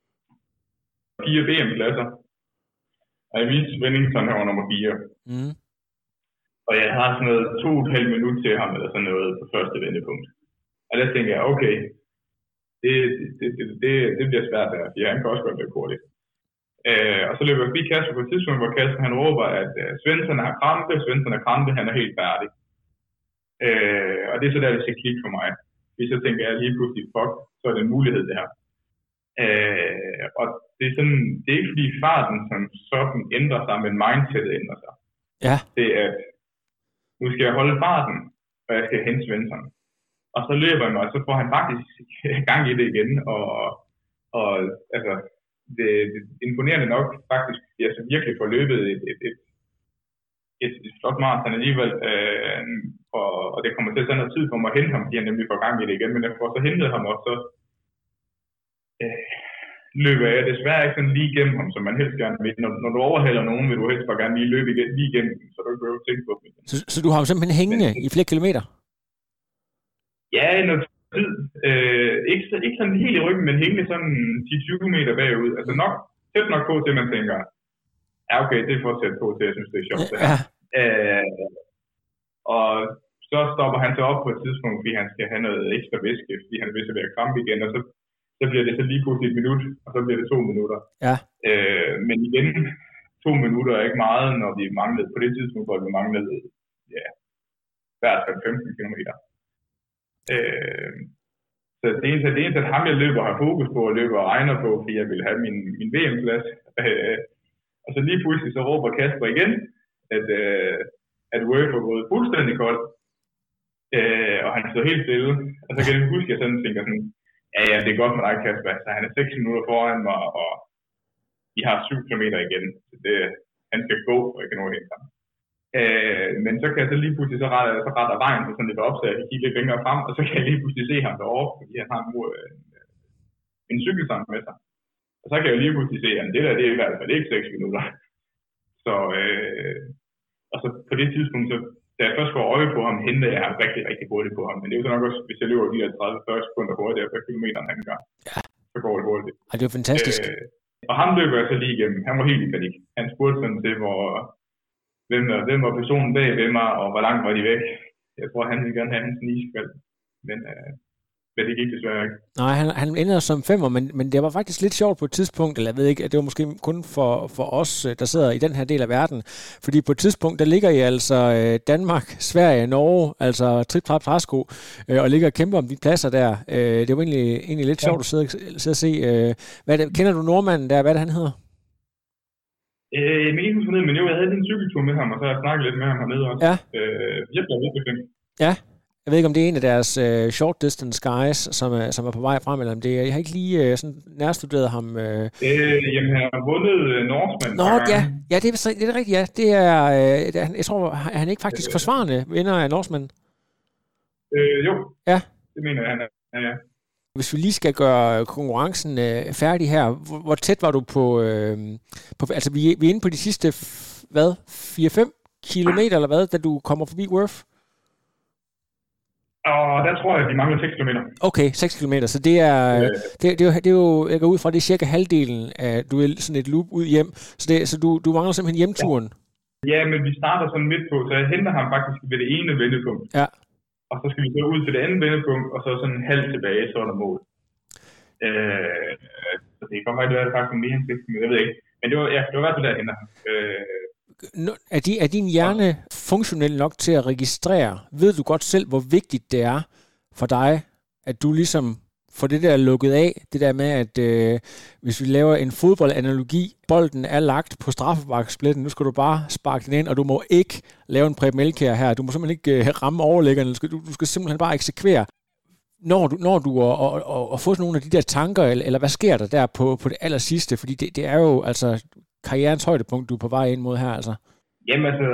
Fire V M-pladser. Og jeg viste Svendington her var nummer fire. Mm. Og jeg har sådan noget to og et halvt minut til ham, eller sådan noget på første vendepunkt. Og der tænker jeg, okay, det, det, det, det, det bliver svært der, for han kan også godt løbe hurtigt. Øh, og så løber jeg forbi Kasper på et tidspunkt, hvor Kasper han råber, at uh, Svensson har krampe, Svensson har krampe, han er helt færdig. Øh, og det er så der, det skal kigge for mig. Hvis så tænker jeg lige pludselig, fuck, så er det en mulighed det her. Øh, og det er sådan, det er ikke fordi farten som sådan ændrer sig, men mindsetet ændrer sig. Ja. Det er, at nu skal jeg holde farten, og jeg skal hente Svensson. Og så løber jeg mig, og så får han faktisk gang i det igen, og, og altså, det, det imponerende nok faktisk, at jeg så virkelig får løbet et, et, et Et, et flot maraton alligevel, øh, og, og det kommer til at tage noget tid for mig at hente ham, fordi han nemlig får gang i det igen, men jeg får så hentet ham, og så øh, løber jeg desværre ikke sådan lige igennem ham, som man helst gerne vil. Når, når du overhælder nogen, vil du helst bare gerne lige løbe igen, lige igennem, så du ikke behøver at tænke på dem. Så, så du har jo simpelthen hængende men, i flere kilometer? Ja, noget tid. Øh, ikke, ikke sådan helt i ryggen, men hængende sådan ti til tyve meter bagud. Altså nok, tæt nok på til, man tænker, ja, okay, det er for at sætte på til, jeg synes, det er sjovt. Det her. Ja. Øh, og så stopper han sig op på et tidspunkt, fordi han skal have noget ekstra væske, fordi han vil servere krampe igen, og så, så bliver det så lige pludselig et minut, og så bliver det to minutter. Ja. Øh, men igen, to minutter er ikke meget, når vi manglede, på det tidspunkt, hvor vi manglede, ja, hvert fald femten kilometer. Øh, så det eneste, det eneste, at ham jeg løber har fokus på, og løber og regner på, fordi jeg vil have min, min V M-plads. Øh, og så lige pludselig så råber Kasper igen, at, øh, at Worth var gået fuldstændig koldt. Øh, og han stod helt stille. Og så kan jeg huske, at jeg sådan tænker sådan, ja, ja, det er godt med dig, Kasper. Så han er seks minutter foran mig, og vi har syv kilometer igen. Så det, han skal gå, og jeg kan nå helt sammen. Øh, men så kan jeg så lige pludselig, så retter, så retter vejen så sådan lidt op, så jeg kan kigge lidt længere frem, og så kan jeg lige pludselig se ham derovre, fordi han har en, en, en cykelstang med sig. Og så kan jeg lige pludselig se, at det der, det er i hvert fald ikke seks minutter. Så, øh, og så på det tidspunkt, så da jeg først får øje på ham, hentede jeg ham rigtig, rigtig hurtigt på ham. Men det er jo så nok også, hvis jeg løber de her tredive til fyrre sekunder hurtigere per kilometer, end han gør, ja. Så går det hurtigt. Ja, det er jo fantastisk. Øh, og ham løber jeg så lige igennem. Han var helt i panik. Han spurgte sådan til, hvor, hvem, hvem var personen bag ved mig, og hvor langt var de væk. Jeg tror, han ville gerne have hans niskvalg. Men, øh, men det gik desværre ikke. Nej, han, han ender som femmer, men, men det var faktisk lidt sjovt på et tidspunkt, eller jeg ved ikke, at det var måske kun for, for os, der sidder i den her del af verden. Fordi på et tidspunkt, der ligger I altså Danmark, Sverige, Norge, altså trip trap træsko, og ligger og kæmper om de pladser der. Det var egentlig, egentlig lidt sjovt ja. at sidde, sidde og se. Hvad det, kender du nordmanden der? Hvad det, han hedder? Øh, jeg mener ikke men jo, jeg havde en cykeltur med ham, og så har jeg snakket lidt med ham hernede også. Ja. Øh, jeg blev virkelig flink. Ja. Jeg ved ikke, om det er en af deres uh, short distance guys, som er, som er på vej frem, eller om det er. Jeg har ikke lige uh, sådan nærstuderet ham. Uh... Øh, jamen, han har vundet uh, Norseman. Nå, ja. Ja, det er, det er rigtigt, ja. Det er, uh, det er, jeg tror, han er ikke faktisk øh, forsvarende vinder af Norseman. Øh, jo. Ja. Det mener jeg, han er. Ja, ja. Hvis vi lige skal gøre konkurrencen uh, færdig her, hvor, hvor tæt var du på, uh, på altså vi, vi er inde på de sidste, hvad, fire fem kilometer, eller hvad, da du kommer forbi Worth? Og der tror jeg, at de mangler seks kilometer. Okay, seks kilometer. Så det er, øh. det, det, er jo, det er jo, jeg går ud fra, det er cirka halvdelen af, du er sådan et loop ud hjem. Så, det, så du, du mangler simpelthen hjemturen. Ja. ja, men vi starter sådan midt på, så jeg henter ham faktisk ved det ene vendepunkt. Ja. Og så skal vi så ud til det andet vendepunkt, og så sådan halv tilbage, så er der mål. Øh, så det kan godt være, at det faktisk er mere end seks kilometer, jeg ved ikke. Men det var, ja, det var i hvert fald der, jeg henter ham. Øh, Er, de, er din hjerne funktionel nok til at registrere? Ved du godt selv, hvor vigtigt det er for dig, at du ligesom får det der lukket af? Det der med, at øh, hvis vi laver en fodboldanalogi, bolden er lagt på straffesparkspletten, nu skal du bare sparke den ind, og du må ikke lave en Preben Elkjær her. Du må simpelthen ikke øh, ramme overlæggerne. Du skal, du, du skal simpelthen bare eksekvere. Når du, når du og, og, og, og får nogle af de der tanker, eller, eller hvad sker der der på, på det aller sidste? Fordi det, det er jo altså karrierens højdepunkt, du er på vej ind mod her, altså? Jamen altså,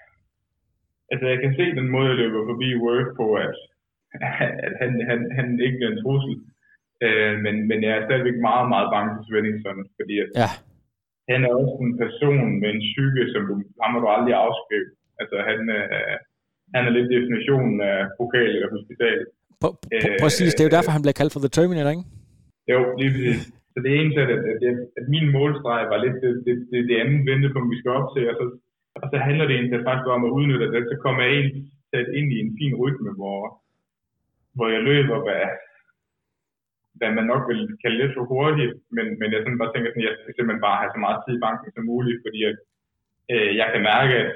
altså jeg kan se den måde, jeg løber forbi Worth på, at, at han, han, han ikke bliver en trussel. Øh, men, men jeg er stadigvæk meget, meget bange for Svenningsson, fordi at ja. Han er også en person med en psyke, som du, ham må du aldrig afskrive. Altså han, øh, han er lidt definitionen af pokal eller hospital. Præcis, det er jo derfor, han bliver kaldt for The Terminator, ikke? Jo, lige præcis. Så det er egentlig, at, at, at, at min målstreg var lidt det, det, det, det andet vendepunkt, vi skal op til, og så, og så handler det egentlig faktisk om at udnytte det, så kommer jeg ind, sat ind i en fin rytme, hvor, hvor jeg løber, hvad, hvad man nok vil kalde lidt for hurtigt, men, men jeg sådan bare tænker, at jeg skal simpelthen bare have så meget tid i banken som muligt, fordi at, øh, jeg kan mærke, at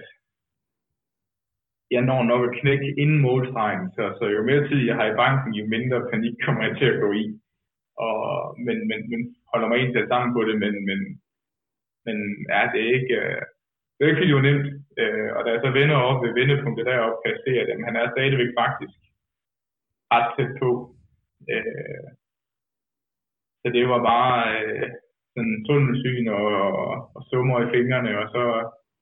jeg når nok at knække inden målstregen, så, så jo mere tid jeg har i banken, jo mindre panik kommer jeg til at gå i. Og, men, men, men holder mig egentlig sammen på det, men, men, men ja, det er ikke, det er ikke fordi det var nemt. Øh, og da jeg så vender op ved vendepunktet deroppe, kan jeg se, at jamen, han er stadigvæk faktisk ret tæt på. Øh, så det var bare øh, sådan tunnelsyn og, og, og summer i fingrene, og så,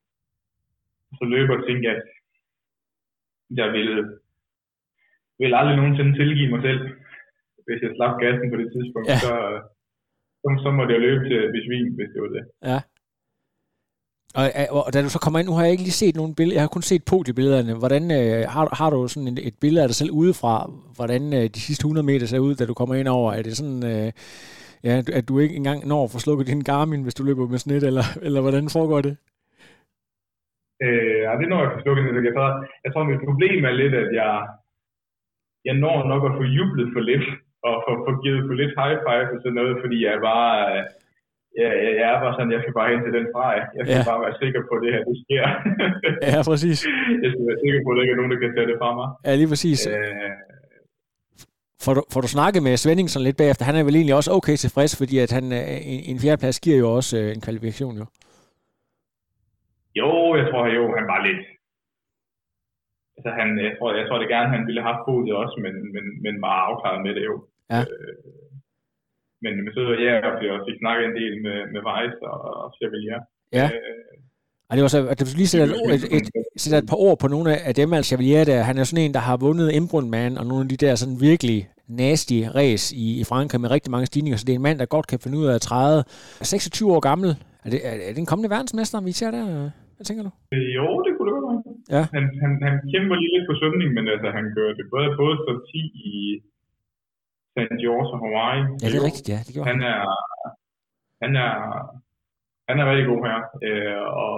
så løber jeg og tænker, at jeg ville, ville aldrig nogensinde tilgive mig selv. Hvis jeg slap gassen på det tidspunkt, ja. så, så, så må det jo løbe til besvim, hvis det var det. Ja. Og, og da du så kommer ind, nu har jeg ikke lige set nogen billeder, jeg har kun set podiebillederne. Hvordan, øh, har, har du sådan et, et billede af dig selv udefra, hvordan øh, de sidste hundrede meter ser ud, da du kommer ind over? Er det sådan, øh, ja, at du ikke engang når at få slukket din Garmin, hvis du løber med snit, eller, eller hvordan foregår det? Øh, ja, det når jeg får slukket snit. Jeg tror, jeg tror, mit problem er lidt, at jeg, jeg når nok at få jublet for lidt, og få givet for lidt high five og sådan noget, fordi jeg bare, Ja, jeg, jeg er bare sådan, jeg skal bare hen til den streg. Jeg skal ja. bare være sikker på, at det her, det sker. Ja, præcis. Jeg skal være sikker på, at der ikke er nogen, der kan tage det fra mig. Ja, lige præcis. Øh... Får du, får du snakket med Svenningsson lidt bagefter? Han er vel egentlig også okay tilfreds, fordi at han, en, en fjerdeplads giver jo også øh, en kvalifikation, jo. Jo, jeg tror jo, han var lidt... Altså, han, jeg, tror, jeg tror det gerne, han ville have haft podiet også, men, men, men var afklaret med det jo. Ja. Øh, men med så ja, og fik snakket en del med, med Weiss og, og Chevalier. Ja. Øh, og det var så, at du lige sætter et, et, et, et, et par ord på nogle af dem, altså Chevalier der, han er sådan en, der har vundet Embrunman og nogle af de der sådan virkelig nasty race i, i Frankrig med rigtig mange stigninger, så det er en mand, der godt kan finde ud af at træde. seksogtyve år gammel. Er det, er, er det en kommende verdensmester, vi ser der? Hvad tænker du? Jo, det kunne det være. Ja. Han, han, han kæmper lige lidt på svømning, men altså, han gør det både, både som ti i Saint George og Hawaii. Ja, det er rigtigt, ja. Det han, er, han, er, han er rigtig god her. Øh, og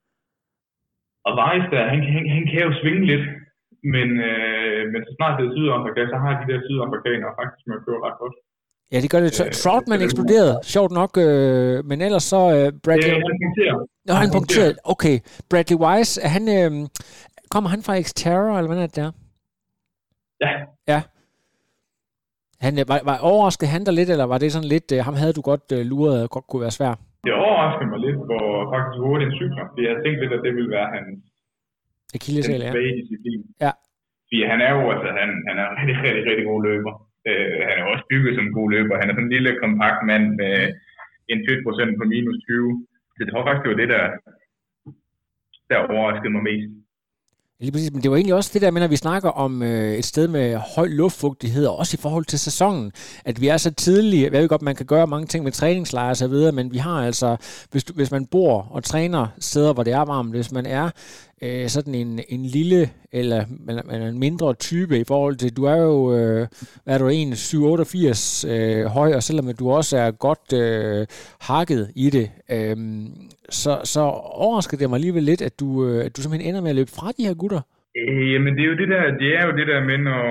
og Weiss der, han, han, han kan jo svinge lidt, men, øh, men så snart det er Sydafrika, så har de der sydafrikanere faktisk med at køre ret godt. Ja, det gør det. Troutman eksploderede, sjovt nok, øh, men ellers så... Øh, Bradley... Ja, han punkterer. Nå, han punkterer. Okay. Bradley Weiss, er han, øh, kommer han fra Xterra, eller hvad er det der? Ja. Ja. Han, var, var overrasket han der lidt, eller var det sådan lidt, øh, ham havde du godt øh, luret, godt kunne være svært? Det overraskede mig lidt, hvor faktisk hurtigt en cykler, fordi jeg tænkte lidt, at det ville være hans akilleshæl, ja. disciplin. Ja. Fordi han er jo, altså, han, han er en rigtig, rigtig, rigtig god løber. Uh, han er også bygget som en god løber. Han er sådan en lille, kompakt mand med en fedtprocent på minus tyve. Så det tror faktisk, det var det, der, der overraskede mig mest. Lige præcis, men det var egentlig også det der med, når vi snakker om øh, et sted med høj luftfugtighed, og også i forhold til sæsonen, at vi er så tidlige. Jeg ved godt, man kan gøre mange ting med træningslejre og så videre, men vi har altså, hvis, du, hvis man bor og træner steder, hvor det er varmt, hvis man er øh, sådan en, en lille eller, eller en mindre type i forhold til, du er jo, øh, hvad er du, en komma syv otteogfirs øh, høj, og selvom du også er godt øh, hakket i det, øh, så, så overraskede det mig alligevel lidt, at du, øh, at du simpelthen ender med at løbe fra de her gutter. Øh, jamen det er jo det der, det er jo det der med, når,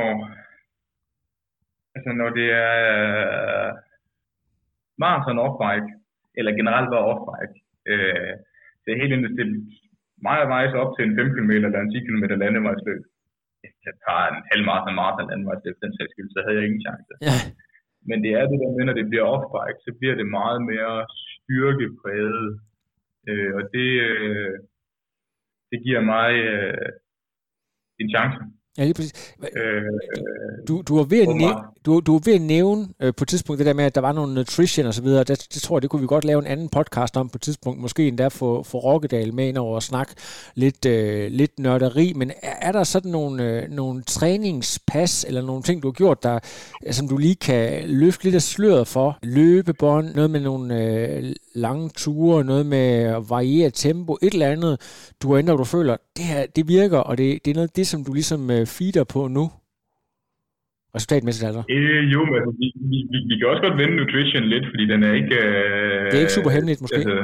altså når det er uh, marathon off-bike, eller generelt bare off-bike, øh, det er helt indstillet meget at veje op til en fem kilometer eller en ti kilometer landevejsløb. Hvis jeg tager en halv marathon, marathon landevejsløb, den sags skyld, så havde jeg ingen chance. Ja. Men det er det der med, når det bliver off-bike, så bliver det meget mere styrkepræget. Øh, og det, øh, det giver mig øh, en chance. Ja, lige præcis. Du, du, var ved at nævne, du, du var ved at nævne øh, på et tidspunkt det der med, at der var nogle nutrition og så videre. Det, det tror jeg, det kunne vi godt lave en anden podcast om på et tidspunkt. Måske endda få, få Rokkedal med ind over og snakke lidt, øh, lidt nørderi. Men er, er der sådan nogle, øh, nogle træningspas eller nogle ting, du har gjort, der, som du lige kan løfte lidt af sløret for? Løbebånd, noget med nogle øh, lange ture, noget med at variere tempo, et eller andet, du har ændret, du føler, det her, det virker, og det, det er noget af det, som du ligesom øh, feeder på nu? Resultatmæssigt altså? Øh, jo, men altså, vi, vi, vi, vi kan også godt vende nutrition lidt, fordi den er ikke... Øh, det er ikke super hemmeligt, måske? Altså,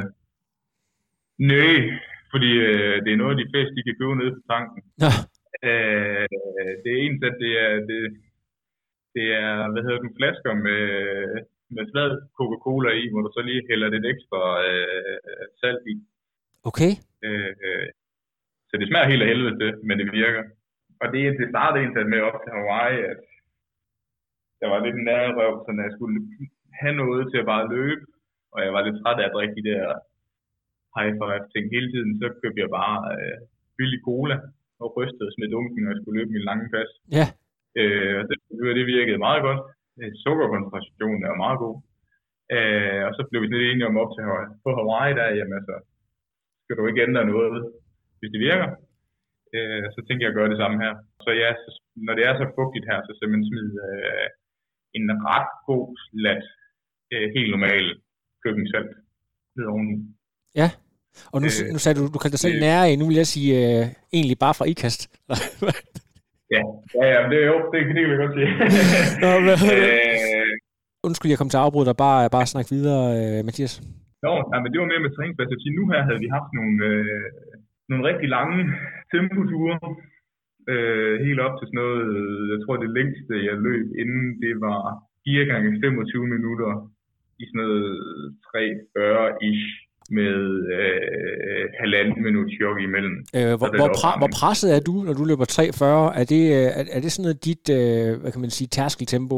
nej, fordi øh, det er noget, de fleste de kan købe nede på tanken. Nå. Øh, det er ens, at det er, det, det er, hvad hedder det, flasker med, med flad Coca-Cola i, hvor du så lige hælder lidt ekstra øh, salt i. Okay. Øh, så det smager helt af helvede til, men det virker. Og det, det startede egentlig med op til Hawaii, at der var lidt en nærrøv, så når jeg skulle have noget til at bare løbe, og jeg var lidt træt af at drikke de der high-five-ting hele tiden, så købte jeg bare øh, billig cola og rystede med dunken, når jeg skulle løbe min lange pas. Ja. Øh, og det, det virkede meget godt. Sukkerkoncentrationen er meget god. Øh, og så blev vi lidt enige om op til på Hawaii, der jamen altså, skal du ikke ændre noget, hvis det virker. Øh, så tænker jeg at gøre det samme her. Så ja, så, når det er så fugtigt her, så simpelthen smide øh, en ret god slat, øh, helt normal køkkensalt ned oveni. Ja, og nu, øh, nu sagde du, du kaldte dig selv øh, nære, nu vil jeg sige øh, egentlig bare fra ikast. ja, ja, ja, det er jo, det, det kan vi godt sige. Nå, men, øh, undskyld, jeg kom til at afbryde dig, bare, bare snak videre, øh, Mathias. Nå, nej, men det var mere med træningsplads. Nu her havde vi haft nogle, øh, nogle rigtig lange tempoture, øh, helt op til sådan noget, jeg tror det længste jeg løb inden, det var fire gange femogtyve minutter i sådan noget tre fyrre-ish med øh, halvanden minut jog imellem. Øh, hvor, hvor, pra- hvor presset er du, når du løber tre fyrre? Er det, er, er det sådan noget dit, øh, hvad kan man sige, tærskeltempo?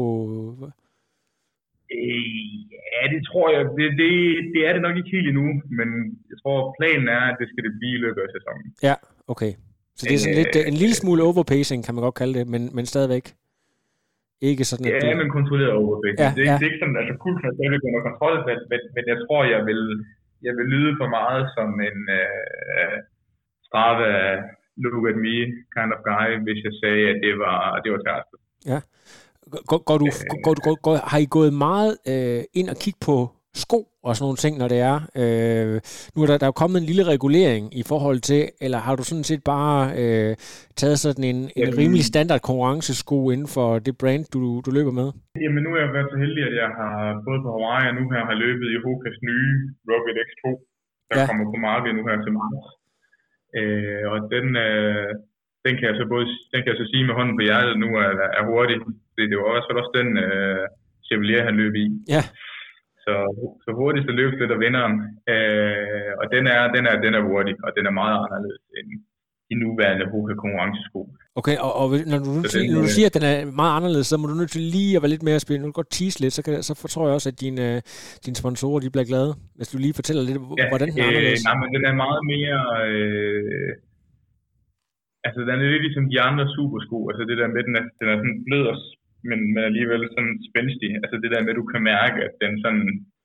Øh, ja, det tror jeg. Det, det, det er det nok ikke helt endnu, men jeg tror, planen er, at det skal det blive i løbet af sæsonen. Ja, okay. Så det er sådan lidt, en lille smule overpacing, kan man godt kalde det, men, men stadigvæk ikke sådan, at ja, du... men kontrolleret overpacing. Ja, det, ja. det er ikke sådan, altså kun kan stadigvæk under kontrol, men, men, men jeg tror, jeg vil, jeg vil lyde for meget som en uh, Strava look at me kind of guy, hvis jeg sagde, at det var, det var tærsket. Ja. Går, går du, går, går, går, har I gået meget øh, ind og kigge på sko og sådan nogle ting, når det er? Øh, nu er der, der er jo kommet en lille regulering i forhold til, eller har du sådan set bare øh, taget sådan en, en rimelig standard konkurrencesko inden for det brand, du, du løber med? Jamen nu har jeg været så heldig, at jeg har både på Hawaii og nu her har løbet i Hokas nye Rocket X to, der ja. kommer på markedet nu her til marts. Øh, og den, øh, den, kan jeg så både, den kan jeg så sige med hånden på hjertet nu er, er hurtig. Det, det var også, også den øh, Chevalier, han løb i. Ja. Så, så hurtigste løbslet er vinderen. Øh, og den er, den, er, den er hurtig, og den er meget anderledes end de nuværende Hoka konkurrencesko. Okay, og, og når, du, så den, når du siger, at den er meget anderledes, så må du nødt til lige at være lidt mere spændende. Nu kan du godt tease lidt, så, kan, så tror jeg også, at dine, dine sponsorer de bliver glade, hvis du lige fortæller lidt, ja, hvordan den er anderledes. Øh, nej, men den er meget mere... Øh, altså, den er lidt ligesom de andre supersko. Altså, det der med, den er, den er sådan blød, men, men alligevel sådan spændstig. Altså, det der med, at du kan mærke, at den sådan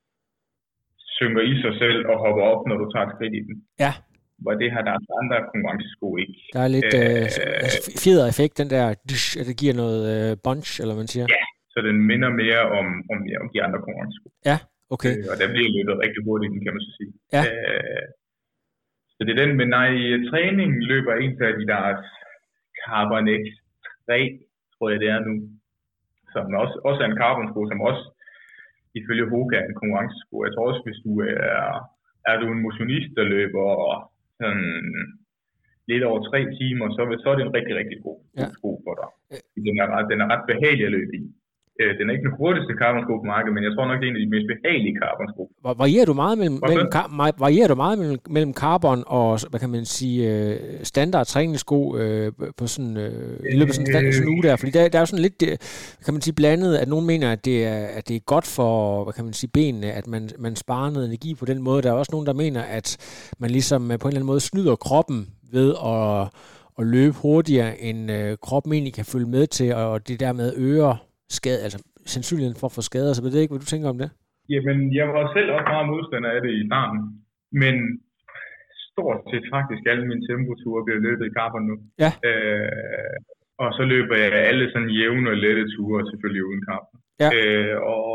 synker i sig selv og hopper op, når du tager et skridt i den. Ja. Hvor det har der andre konkurrencesko ikke. Der er lidt øh, øh, fjedereffekt, den der, at det giver noget øh, bunch, eller man siger. Ja, så den minder mere om, om, ja, om de andre konkurrencesko. Ja, okay. Øh, og der bliver løbet rigtig hurtigt, kan man så sige. Ja. Øh, så det er den, men nej, i træningen løber en af de der Carbon X tre, tror jeg det er nu, som også, også er en carbonsko, som også ifølge Hoka er en konkurrencesko. Jeg tror også, hvis du er, er du en motionist, der løber sådan lidt over tre timer, så, så er det en rigtig, rigtig god ja. sko for dig. Den er, ret, den er ret behagelig at løbe i. Den er ikke den hurtigste carbonsko på markedet, men jeg tror nok, det er en af de mest behagelige carbonsko. Varierer du meget mellem, mellem, varierer du meget mellem, mellem carbon og, hvad kan man sige, standard træningssko øh, på sådan øh, i løbet af sådan, sådan, sådan en uge der? Fordi der, der er jo sådan lidt, kan man sige, blandet, at nogen mener, at det er, at det er godt for, hvad kan man sige, benene, at man, man sparer noget energi på den måde. Der er også nogen, der mener, at man ligesom på en eller anden måde snyder kroppen ved at, at løbe hurtigere, end øh, kroppen egentlig kan følge med til, og det dermed øger skade, altså sandsynligheden for at få skader, så ved jeg ikke, hvad du tænker om det? Jamen, jeg var selv også meget modstander af det i starten, men stort set faktisk alle mine tempoture bliver løbet i carbon nu. Ja. Øh, og så løber jeg alle sådan jævne og lette ture, selvfølgelig uden carbon. Ja. Øh, og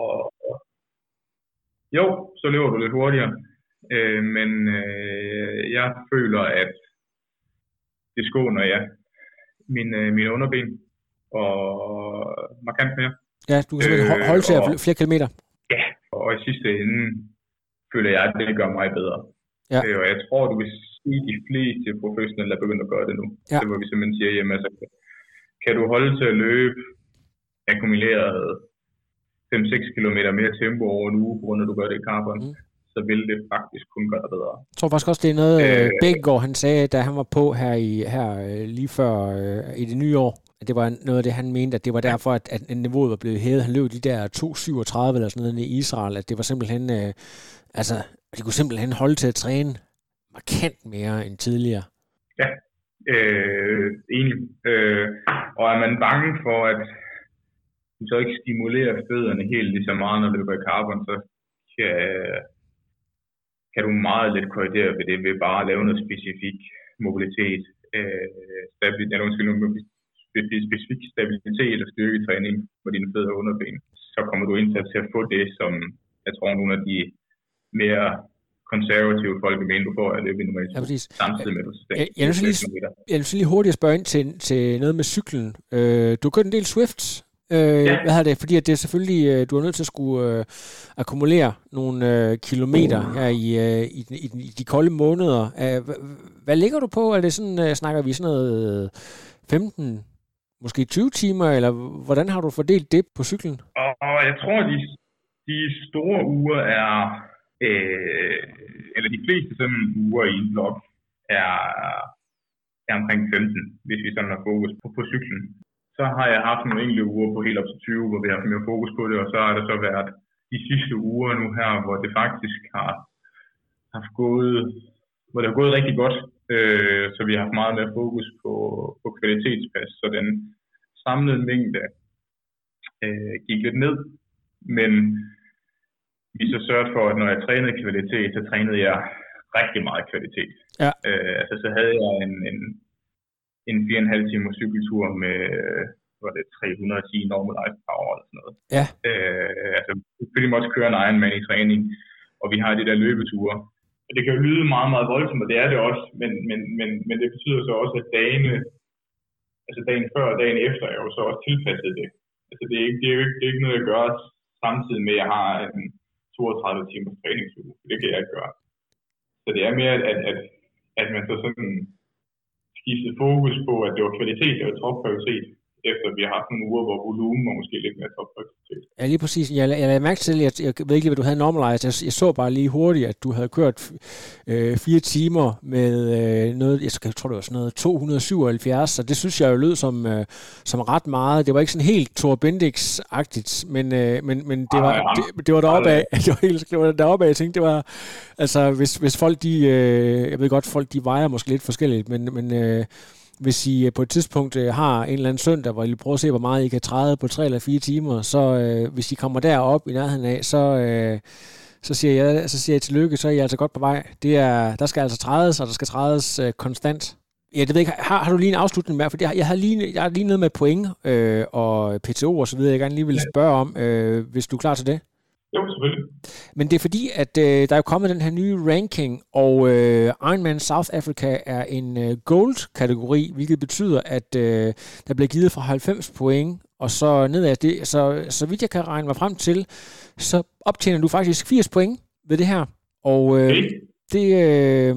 jo, så løber du lidt hurtigere, øh, men øh, jeg føler, at det skåner jeg min, øh, mine underben og markant mere. Ja, du kan simpelthen holde til øh, flere kilometer. Ja, og i sidste ende føler jeg, at det gør mig bedre. Ja. Øh, og jeg tror, du vil se de fleste professionelle, der begynder at gøre det nu. Ja. Det hvor vi simpelthen siger, jamen altså, kan du holde til at løbe akkumuleret fem til seks kilometer mere tempo over en uge, på grund af, at du gør det i carbon, mm. så vil det faktisk kun gøre dig bedre. Jeg tror faktisk også, det er noget, øh, Bækgaard han sagde, da han var på her, i, her lige før øh, i det nye år. Det var noget af det, han mente, at det var derfor, at, at niveauet var blevet hævet. Han løb de der to syvogtredive eller sådan noget i Israel, at det var simpelthen, øh, altså, de kunne simpelthen holde til at træne markant mere end tidligere. Ja, øh, egentlig. Øh, og er man bange for, at du så ikke stimulerer fødderne helt lige så meget, når du løber i carbon, så kan, kan du meget let korrigere ved det, ved bare at lave noget specifik mobilitet, øh, stabilitet, eller undskyld, specifik stabilitet og styrketræning for dine fødder og underben, så kommer du ind til at få det, som jeg tror, nogle af de mere konservative folk mener, du får at løbe i normalt ja, samtidig med, at du jeg, jeg, jeg, lige, jeg vil lige hurtigt spørge ind til, til noget med cyklen. Øh, du har kørt en del Swift. Øh, ja. Hvad har det? Fordi at det er selvfølgelig, du er nødt til at skulle øh, akkumulere nogle øh, kilometer her i, øh, i, i, i de kolde måneder. Øh, hvad, hvad ligger du på? Er det sådan, øh, snakker vi sådan noget femten, måske tyve timer, eller hvordan har du fordelt det på cyklen? Og jeg tror, de, De store uger er, øh, eller de fleste sådan uger i en blok er, er omkring femten, hvis vi sådan har fokus på, på cyklen. Så har jeg haft nogle enkelte uger på helt op til tyve, hvor vi har haft mere fokus på det, og så har det så været de sidste uger nu her, hvor det faktisk har, har gået, hvor det har gået rigtig godt, øh, så vi har haft meget mere fokus på, på kvalitetspas, så den samlede mængde øh, gik lidt ned, men vi så sørgede for, at når jeg trænede kvalitet, så trænede jeg rigtig meget kvalitet. Ja. Øh, altså så havde jeg en, en, en fire og en halv timer cykeltur med, var det tre hundrede og ti normalized power eller sådan noget. Ja. Øh, altså pretty much køre en Ironman i træning, og vi har de der løbeture. Det kan jo lyde meget, meget voldsomt, og det er det også, men, men, men, men det betyder så også, at dagene, altså dagen før og dagen efter, er jo så også tilpasset det. Altså det er ikke, det er jo ikke, det er ikke noget, jeg gør samtidig med, at jeg har en toogtredive timers træningsuge. Det kan jeg ikke gøre. Så det er mere, at, at, at man så sådan skiftet fokus på, at det var kvalitet, det var topprioritet, efter vi har haft nogle uger, hvor volumen var måske lidt mere topprioritet. Ja, lige præcis. Jeg, jeg lagde mærke til, jeg, jeg ved ikke, hvad du havde normalized. Jeg, jeg så bare lige hurtigt, at du havde kørt øh, fire timer med øh, noget, jeg tror, det var sådan noget to hundrede og syvoghalvfjerds, så det synes jeg jo lød som, øh, som ret meget. Det var ikke sådan helt Thor Bendix-agtigt, men, øh, men, men det, var, det, det var deroppe af. Det var helt det var deroppe af. Jeg tænkte, det var, altså, hvis, hvis folk de, øh, jeg ved godt, folk de vejer måske lidt forskelligt, men, men øh, hvis I på et tidspunkt øh, har en eller anden søndag, hvor I prøver at se, hvor meget I kan træde på tre eller fire timer, så øh, hvis I kommer derop i nærheden af, så, øh, så, siger jeg, så siger jeg tillykke, så er I altså godt på vej. Det er, der skal altså trædes, og der skal trædes øh, konstant. Ja, det ved jeg ikke. Har, har du lige en afslutning med? For jeg, jeg har lige, jeg har lige noget med point øh, og P T O og så videre, jeg gerne lige vil spørge om, øh, hvis du er klar til det. Jo, selvfølgelig. Men det er fordi, at øh, der er kommet den her nye ranking, og øh, Ironman South Africa er en øh, gold-kategori, hvilket betyder, at øh, der bliver givet fra halvfems point, og så nedad det, så, så vidt jeg kan regne mig frem til, så optjener du faktisk firs point ved det her. Og øh, okay. det øh,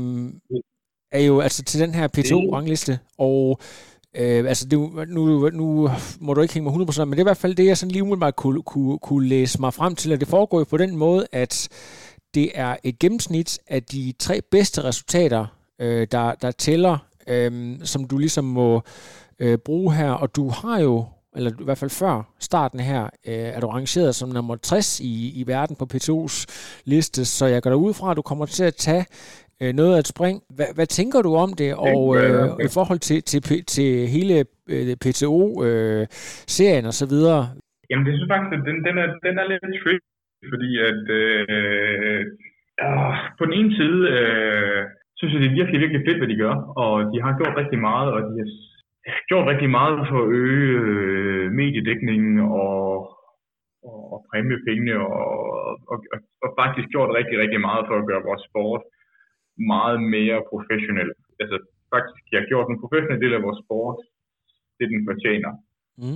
er jo altså til den her P T O-rangliste, og Øh, altså det, nu, nu må du ikke hænge mig hundrede procent, men det er i hvert fald det, jeg sådan lige umiddelbart kunne, kunne, kunne læse mig frem til, at det foregår jo på den måde, at det er et gennemsnit af de tre bedste resultater, øh, der, der tæller, øh, som du ligesom må øh, bruge her, og du har jo, eller i hvert fald før starten her, øh, er du rangeret som nummer tres i, i verden på P T O's liste, så jeg går derud fra, at du kommer til at tage noget af et spring. Hvad, hvad tænker du om det, og øh, i forhold til, til, til hele øh, P T O-serien øh, og så videre? Jamen, det synes faktisk, at den, den, er, den er lidt tricky, fordi at øh, øh, på den ene side øh, synes jeg, det er virkelig, virkelig fedt, hvad de gør, og de har gjort rigtig meget, og de har gjort rigtig meget for at øge øh, mediedækningen og, og, og præmiepengene, og, og, og, og faktisk gjort rigtig, rigtig meget for at gøre vores sport meget mere professionel. Altså faktisk, jeg har gjort en professionel del af vores sport, det den fortjener. Mm.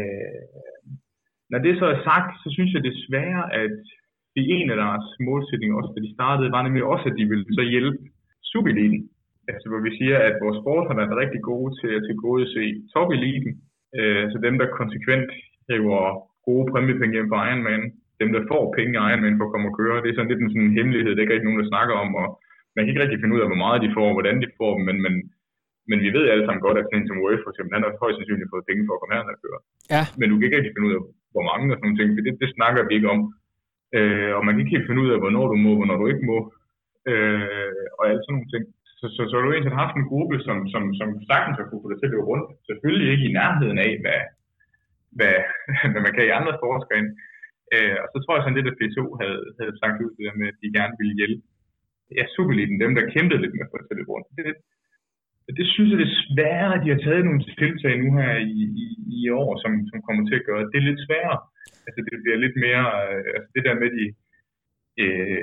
Øh, når det så er sagt, så synes jeg desværre, at det en af deres målsætninger også, da de startede, var nemlig også, at de ville så hjælpe subeliten. Altså hvor vi siger, at vores sport har været rigtig gode til at tilgodese topeliten. Øh, så dem, der konsekvent hæver gode præmiepenge hjem på Ironman, dem, der får penge i Ironman for at komme og køre, det er sådan lidt en sådan hemmelighed, det er ikke rigtig nogen, der snakker om, og man kan ikke rigtig finde ud af, hvor meget de får, og hvordan de får dem, men, men, men vi ved alle sammen godt, at sådan en som Wade for eksempel, han har højst sandsynligt fået penge for at komme her og køre. Ja. Men du kan ikke rigtig finde ud af, hvor mange og sådan nogle ting, for det, det snakker vi ikke om. Øh, og man kan ikke helt finde ud af, hvornår du må, hvornår du ikke må, øh, og alle sådan nogle ting. Så, så, så har du egentlig haft en gruppe, som, som, som sagtens har kunne få det til at løbe rundt. Selvfølgelig ikke i nærheden af, hvad, hvad, hvad man kan i andre sportsgrene. Øh, og så tror jeg sådan lidt, at P T O havde, havde sagt ud det der med, at de gerne ville hjælpe ja, supereliten, dem der kæmpede lidt med for at tage det rundt. Det, det, det synes jeg desværre, at de har taget nogle tiltag nu her i, i, i år, som, som kommer til at gøre det lidt sværere. Altså det bliver lidt mere, øh, altså det der med de øh,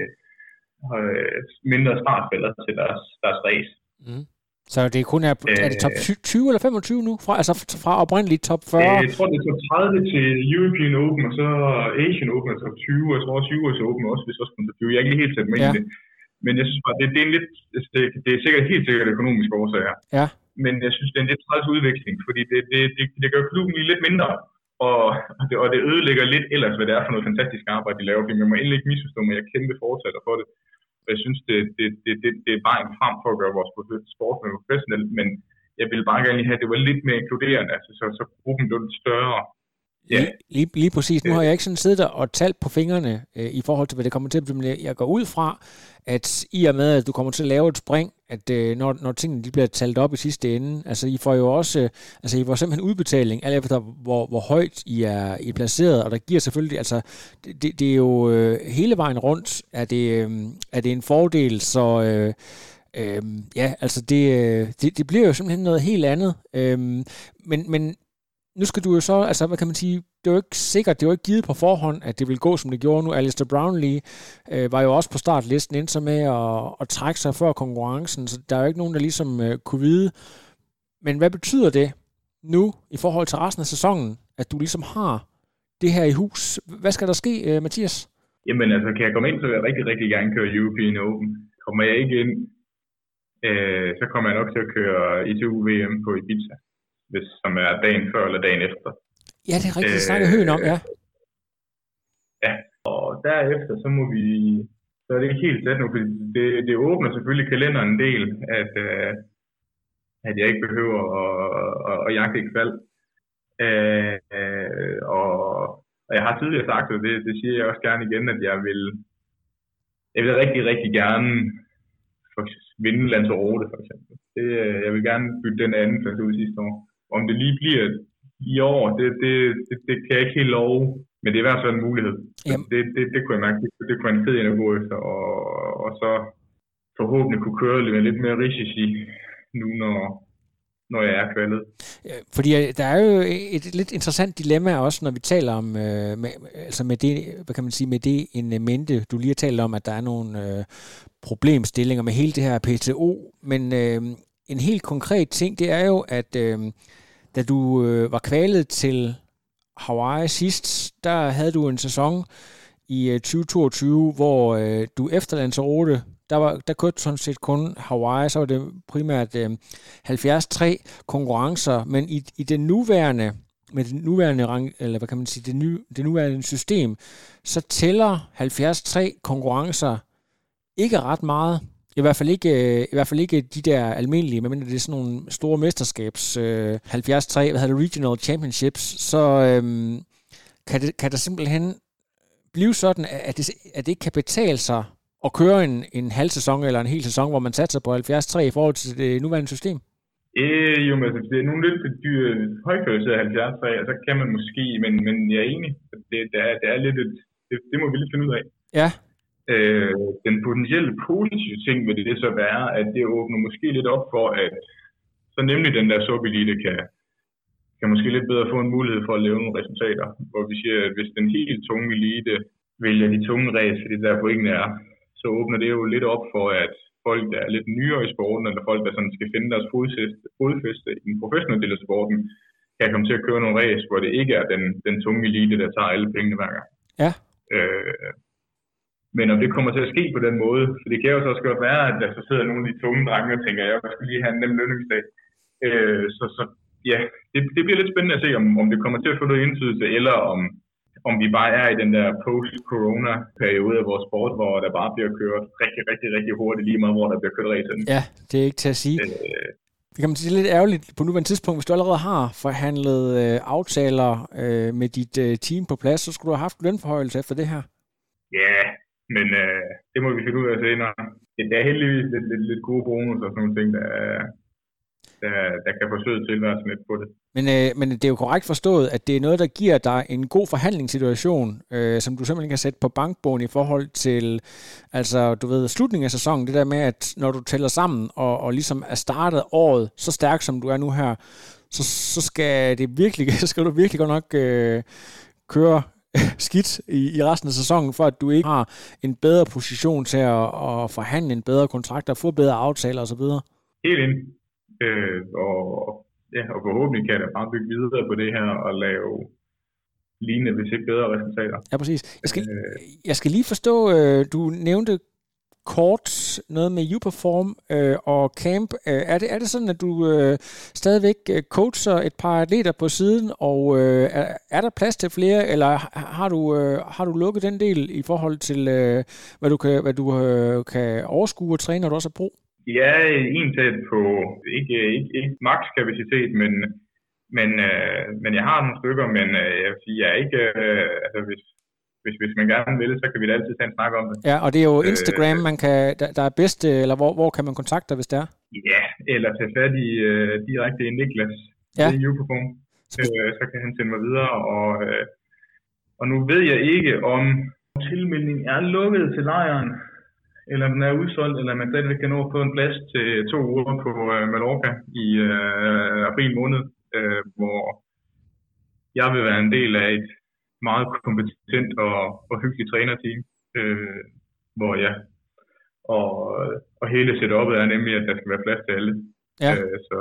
øh, mindre startfælder til deres, deres race. Mm. Så det kun er, er det top tyve eller femogtyve nu? Fra, altså fra oprindeligt top fyrre? Jeg tror, det er top tredive til European Open, og så Asian Open er top tyve, og jeg tror tyve års Open også, hvis også kun top tyve. Jeg er ikke helt sat med ja. i det. Men jeg synes bare, det, det er en lidt, det, det er sikkert helt sikkert økonomiske årsager. Ja. Men jeg synes, det er en lidt træls udveksling, fordi det, det, det, det gør klubben lidt mindre. og, og, det, og det ødelægger lidt ellers, hvad det er for noget fantastisk arbejde, de laver, fordi man må endelig ikke misforstå mig, jeg er kæmpe fortaler for det. Jeg synes, det, det, det, det, det er bare en frem for at gøre vores sport mere professionelt, men jeg ville bare gerne have, at det var lidt mere inkluderende, altså, så, så gruppen blev lidt større. Ja. Lige, lige, lige præcis. Nu har jeg ikke sådan siddet der og talt på fingrene øh, i forhold til, hvad det kommer til at blive. Men jeg går ud fra, at i og med, at du kommer til at lave et spring, at øh, når, når tingene de bliver talt op i sidste ende, altså I får jo også, øh, altså I får simpelthen udbetaling, alt efter hvor, hvor højt I er, I er placeret, og der giver selvfølgelig, altså det, det er jo øh, hele vejen rundt, er det, øh, er det en fordel, så øh, øh, ja, altså det, øh, det, det bliver jo simpelthen noget helt andet. Øh, men, men nu skal du jo så, altså hvad kan man sige, det er jo ikke sikkert, det er jo ikke givet på forhånd, at det vil gå, som det gjorde nu. Alistair Brownlee øh, var jo også på startlisten, endte så med at, at trække sig før konkurrencen, så der er jo ikke nogen, der ligesom øh, kunne vide. Men hvad betyder det nu, i forhold til resten af sæsonen, at du ligesom har det her i hus? Hvad skal der ske, øh, Mathias? Jamen altså, kan jeg komme ind, så vil jeg rigtig, rigtig gerne køre European Open. Kommer jeg ikke ind, øh, så kommer jeg nok til at køre I T U V M på Ibiza, hvis, som er dagen før eller dagen efter. Ja, det er rigtigt, det snakker Høen om, ja. Ja, og derefter, så må vi, så er det ikke helt sat nu, fordi det, det åbner selvfølgelig kalenderen en del, at, uh, at jeg ikke behøver at, at, at jagte et fald. Uh, uh, og, og jeg har tidligere sagt, og det, det siger jeg også gerne igen, at jeg vil, jeg vil rigtig, rigtig gerne vinde Lanzarote, for eksempel. Det, jeg vil gerne bytte den anden plads ud sidste år. Om det lige bliver i år, det, det, det, det kan jeg ikke helt love, men det er i hvert fald en mulighed. Det, det, det kunne jeg mærke, det, det kunne jeg en fed ind at gå efter, og, og så forhåbentlig kunne køre lidt, lidt mere risici nu, når, når jeg er kvalet. Fordi der er jo et lidt interessant dilemma også, når vi taler om, øh, med, altså med det, hvad kan man sige, med det en mente, du lige har talt om, at der er nogle øh, problemstillinger med hele det her P T O, men øh, en helt konkret ting, det er jo, at øh, da du øh, var kvalet til Hawaii sidst, der havde du en sæson i øh, tyve toogtyve, hvor øh, du efter Lanzarote, der var der kørte sådan set kun Hawaii, så var det primært øh, halvfjerds tre konkurrencer, men i, i den nuværende med det nuværende rang, eller hvad kan man sige, det, nye, det nuværende system, så tæller halvfjerds tre konkurrencer ikke ret meget. I hvert fald ikke, i hvert fald ikke de der almindelige, medmindre det er sådan nogle store mesterskabs øh, halvfjerds tre, hvad hedder det, regional championships, så øhm, kan, det, kan der simpelthen blive sådan, at det, at det ikke kan betale sig at køre en, en halv sæson eller en hel sæson, hvor man satser på halvfjerds tre i forhold til det nuværende system? Øh, jo, men altså, det er nogle lidt for dyre, højkvalificerede halvfjerds tre, og så kan man måske, men, men jeg er enig, det, det, er, det er lidt et, det, det må vi lidt finde ud af. Ja. Øh, den potentielle positive ting ved det, det så være, at det åbner måske lidt op for, at så nemlig den der subalite kan, kan måske lidt bedre få en mulighed for at lave nogle resultater, hvor vi siger, at hvis den helt tunge elite vælger de tunge race, fordi der pointene er, så åbner det jo lidt op for, at folk, der er lidt nyere i sporten, eller folk, der sådan skal finde deres fodfæste i den professionelle del af sporten, kan komme til at køre nogle race, hvor det ikke er den, den tunge elite, der tager alle pengene hver gang. Ja. Øh, Men om det kommer til at ske på den måde, for det kan jo så også godt være, at der så sidder nogle af de tunge drenge og tænker, jeg skal lige have en nem lønningsdag. Øh, så, så ja, det, det bliver lidt spændende at se, om, om det kommer til at få noget indflydelse, eller om, om vi bare er i den der post-corona-periode af vores sport, hvor der bare bliver kørt rigtig, rigtig, rigtig hurtigt lige meget, hvor der bliver kørt racen. Ja, det er ikke til at sige. Øh, det kan man sige, det er lidt ærgerligt på nuværende tidspunkt. Hvis du allerede har forhandlet øh, aftaler øh, med dit øh, team på plads, så skulle du have haft lønforhøjelse efter det her. Ja, yeah. Men øh, det må vi finde ud af senere. Det er heldigvis lidt, lidt, lidt gode bonus og sådan nogle ting, der, der, der kan forsøge tilværelsen lidt på det. Men, øh, men det er jo korrekt forstået, at det er noget, der giver dig en god forhandlingssituation, øh, som du simpelthen kan sætte på bankbogen i forhold til, altså du ved, slutningen af sæsonen. Det der med, at når du tæller sammen og, og ligesom er startet året så stærkt, som du er nu her, så, så skal det virkelig, så skal du virkelig godt nok øh, køre skidt i, i resten af sæsonen, for at du ikke har en bedre position til at, at forhandle en bedre kontrakt og få bedre aftaler osv. Helt ind. Øh, og, ja, og forhåbentlig kan jeg bare bygge videre på det her og lave lignende, hvis ikke bedre resultater. Ja, præcis. Jeg skal, jeg skal lige forstå, du nævnte kort noget med YouPerform øh, og camp. Øh, er, det, er det sådan, at du øh, stadigvæk coacher et par atleter på siden, og øh, er, er der plads til flere, eller har du, øh, har du lukket den del i forhold til, øh, hvad du, kan, hvad du øh, kan overskue og træne, når du også har brug? Ja, en tæt på ikke, ikke, ikke max kapacitet, men, men, øh, men jeg har nogle stykker, men øh, jeg vil sige, jeg er ikke, øh, altså hvis, hvis, hvis man gerne vil, så kan vi da altid tage en snak om det. Ja, og det er jo Instagram, man kan, der, der er bedst, eller hvor, hvor kan man kontakte dig, hvis det er? Ja, eller tage fat i øh, direkte i Niklas, ja. Det er YouPerform, øh, så kan han sende mig videre, og, øh, og nu ved jeg ikke, om tilmeldingen er lukket til lejren, eller den er udsolgt, eller man stadigvæk kan nå at få en plads til to uger på øh, Mallorca i øh, april måned, øh, hvor jeg vil være en del af et meget kompetent og, og hyggeligt trænerteam, øh, hvor ja, og, og hele setupet er nemlig, at der skal være plads til alle. Ja. Øh, så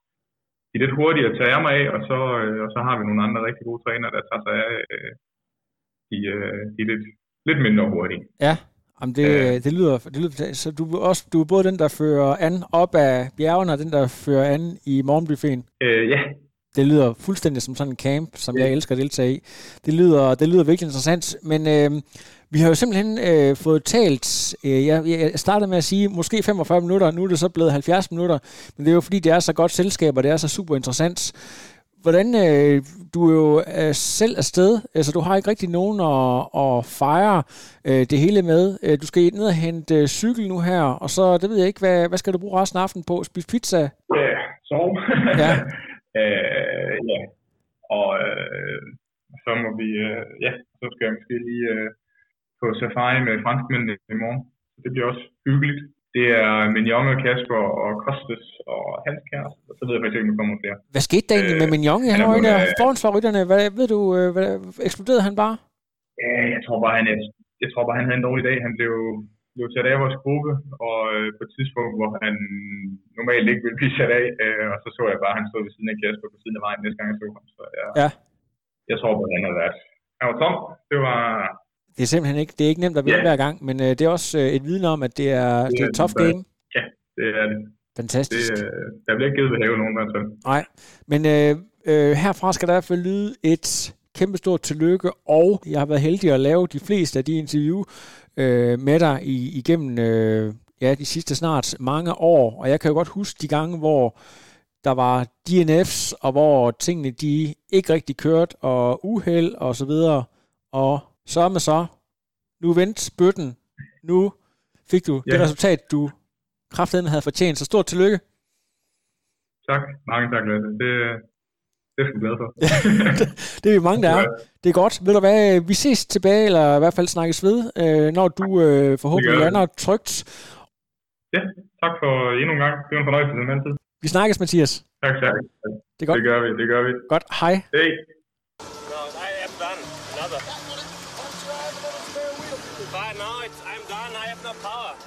de er lidt hurtigt at tage mig af, og så, øh, og så har vi nogle andre rigtig gode trænere, der tager sig af øh, de, øh, de lidt, lidt mindre hurtige. Ja. Jamen det, øh. det, lyder, det lyder... Så du er, også, du er både den, der fører an op af bjergene, og den, der fører an i morgenbuffeten? Øh, ja. Det lyder fuldstændig som sådan en camp, som ja. jeg elsker at deltage i. Det lyder, det lyder virkelig interessant, men øh, vi har jo simpelthen øh, fået talt... Øh, jeg, jeg startede med at sige, måske femogfyrre minutter, nu er det så blevet halvfjerds minutter, men det er jo fordi, det er så godt selskab, og det er så super interessant. Hvordan, øh, du er jo øh, selv afsted, altså du har ikke rigtig nogen at, at fejre øh, det hele med. Øh, du skal ned og hente øh, cykel nu her, og så, det ved jeg ikke, hvad, hvad skal du bruge resten af aftenen på? Spise pizza? Ja, sove. Ja. øh, ja, og øh, så må vi, øh, ja, så skal jeg måske lige øh, på safari med franskmændene i morgen. Det bliver også hyggeligt. Det er Mignon og Kasper og Kostes og hans kæreste, og så ved jeg faktisk ikke, om der kommer flere. Hvad skete der egentlig med Mignon? Han var en af forhåndsfavoritterne. Hvad, ved du, hvad, eksploderede han bare? Ja, jeg tror bare, han, jeg tror bare, han havde en dårlig dag. Han blev, blev sat af vores gruppe, og på et tidspunkt, hvor han normalt ikke ville blive sat af, og så så jeg bare, at han stod ved siden af Kasper på siden af vejen næste gang, jeg så ham. Så jeg, ja. jeg tror bare, han havde været. Han var tom. Det var... Det er simpelthen ikke, det er ikke nemt at vinde yeah. hver gang, men øh, det er også øh, et vidne om, at det er, det er et tough game. Ja, det er det. Fantastisk. Det, øh, der bliver ikke givet ved have nogen, i hvert fald. Nej, men øh, øh, herfra skal der i hvert fald lyde et kæmpestort tillykke, og jeg har været heldig at lave de fleste af de interview øh, med dig i, igennem øh, ja, de sidste snart mange år, og jeg kan jo godt huske de gange, hvor der var D N F's, og hvor tingene de ikke rigtig kørte, og uheld og så videre, og så med så. Nu vendte bøtten. Nu fik du ja. det resultat, du kraftedeme havde fortjent. Så stort tillykke. Tak. Mange tak, Lasse. Det, det er jeg glad for. Det er vi mange, der er. Det er godt. Ved du hvad, vi ses tilbage, eller i hvert fald snakkes ved, når du øh, forhåbentlig lander trygt. Ja, tak for endnu en gang. Det var en fornøjelse til den anden tid. Vi snakkes, Mathias. Tak, tak. Det er godt. Det gør vi, det gør vi. Godt. Hej. Hej. But no, it's, I'm done. I have no power.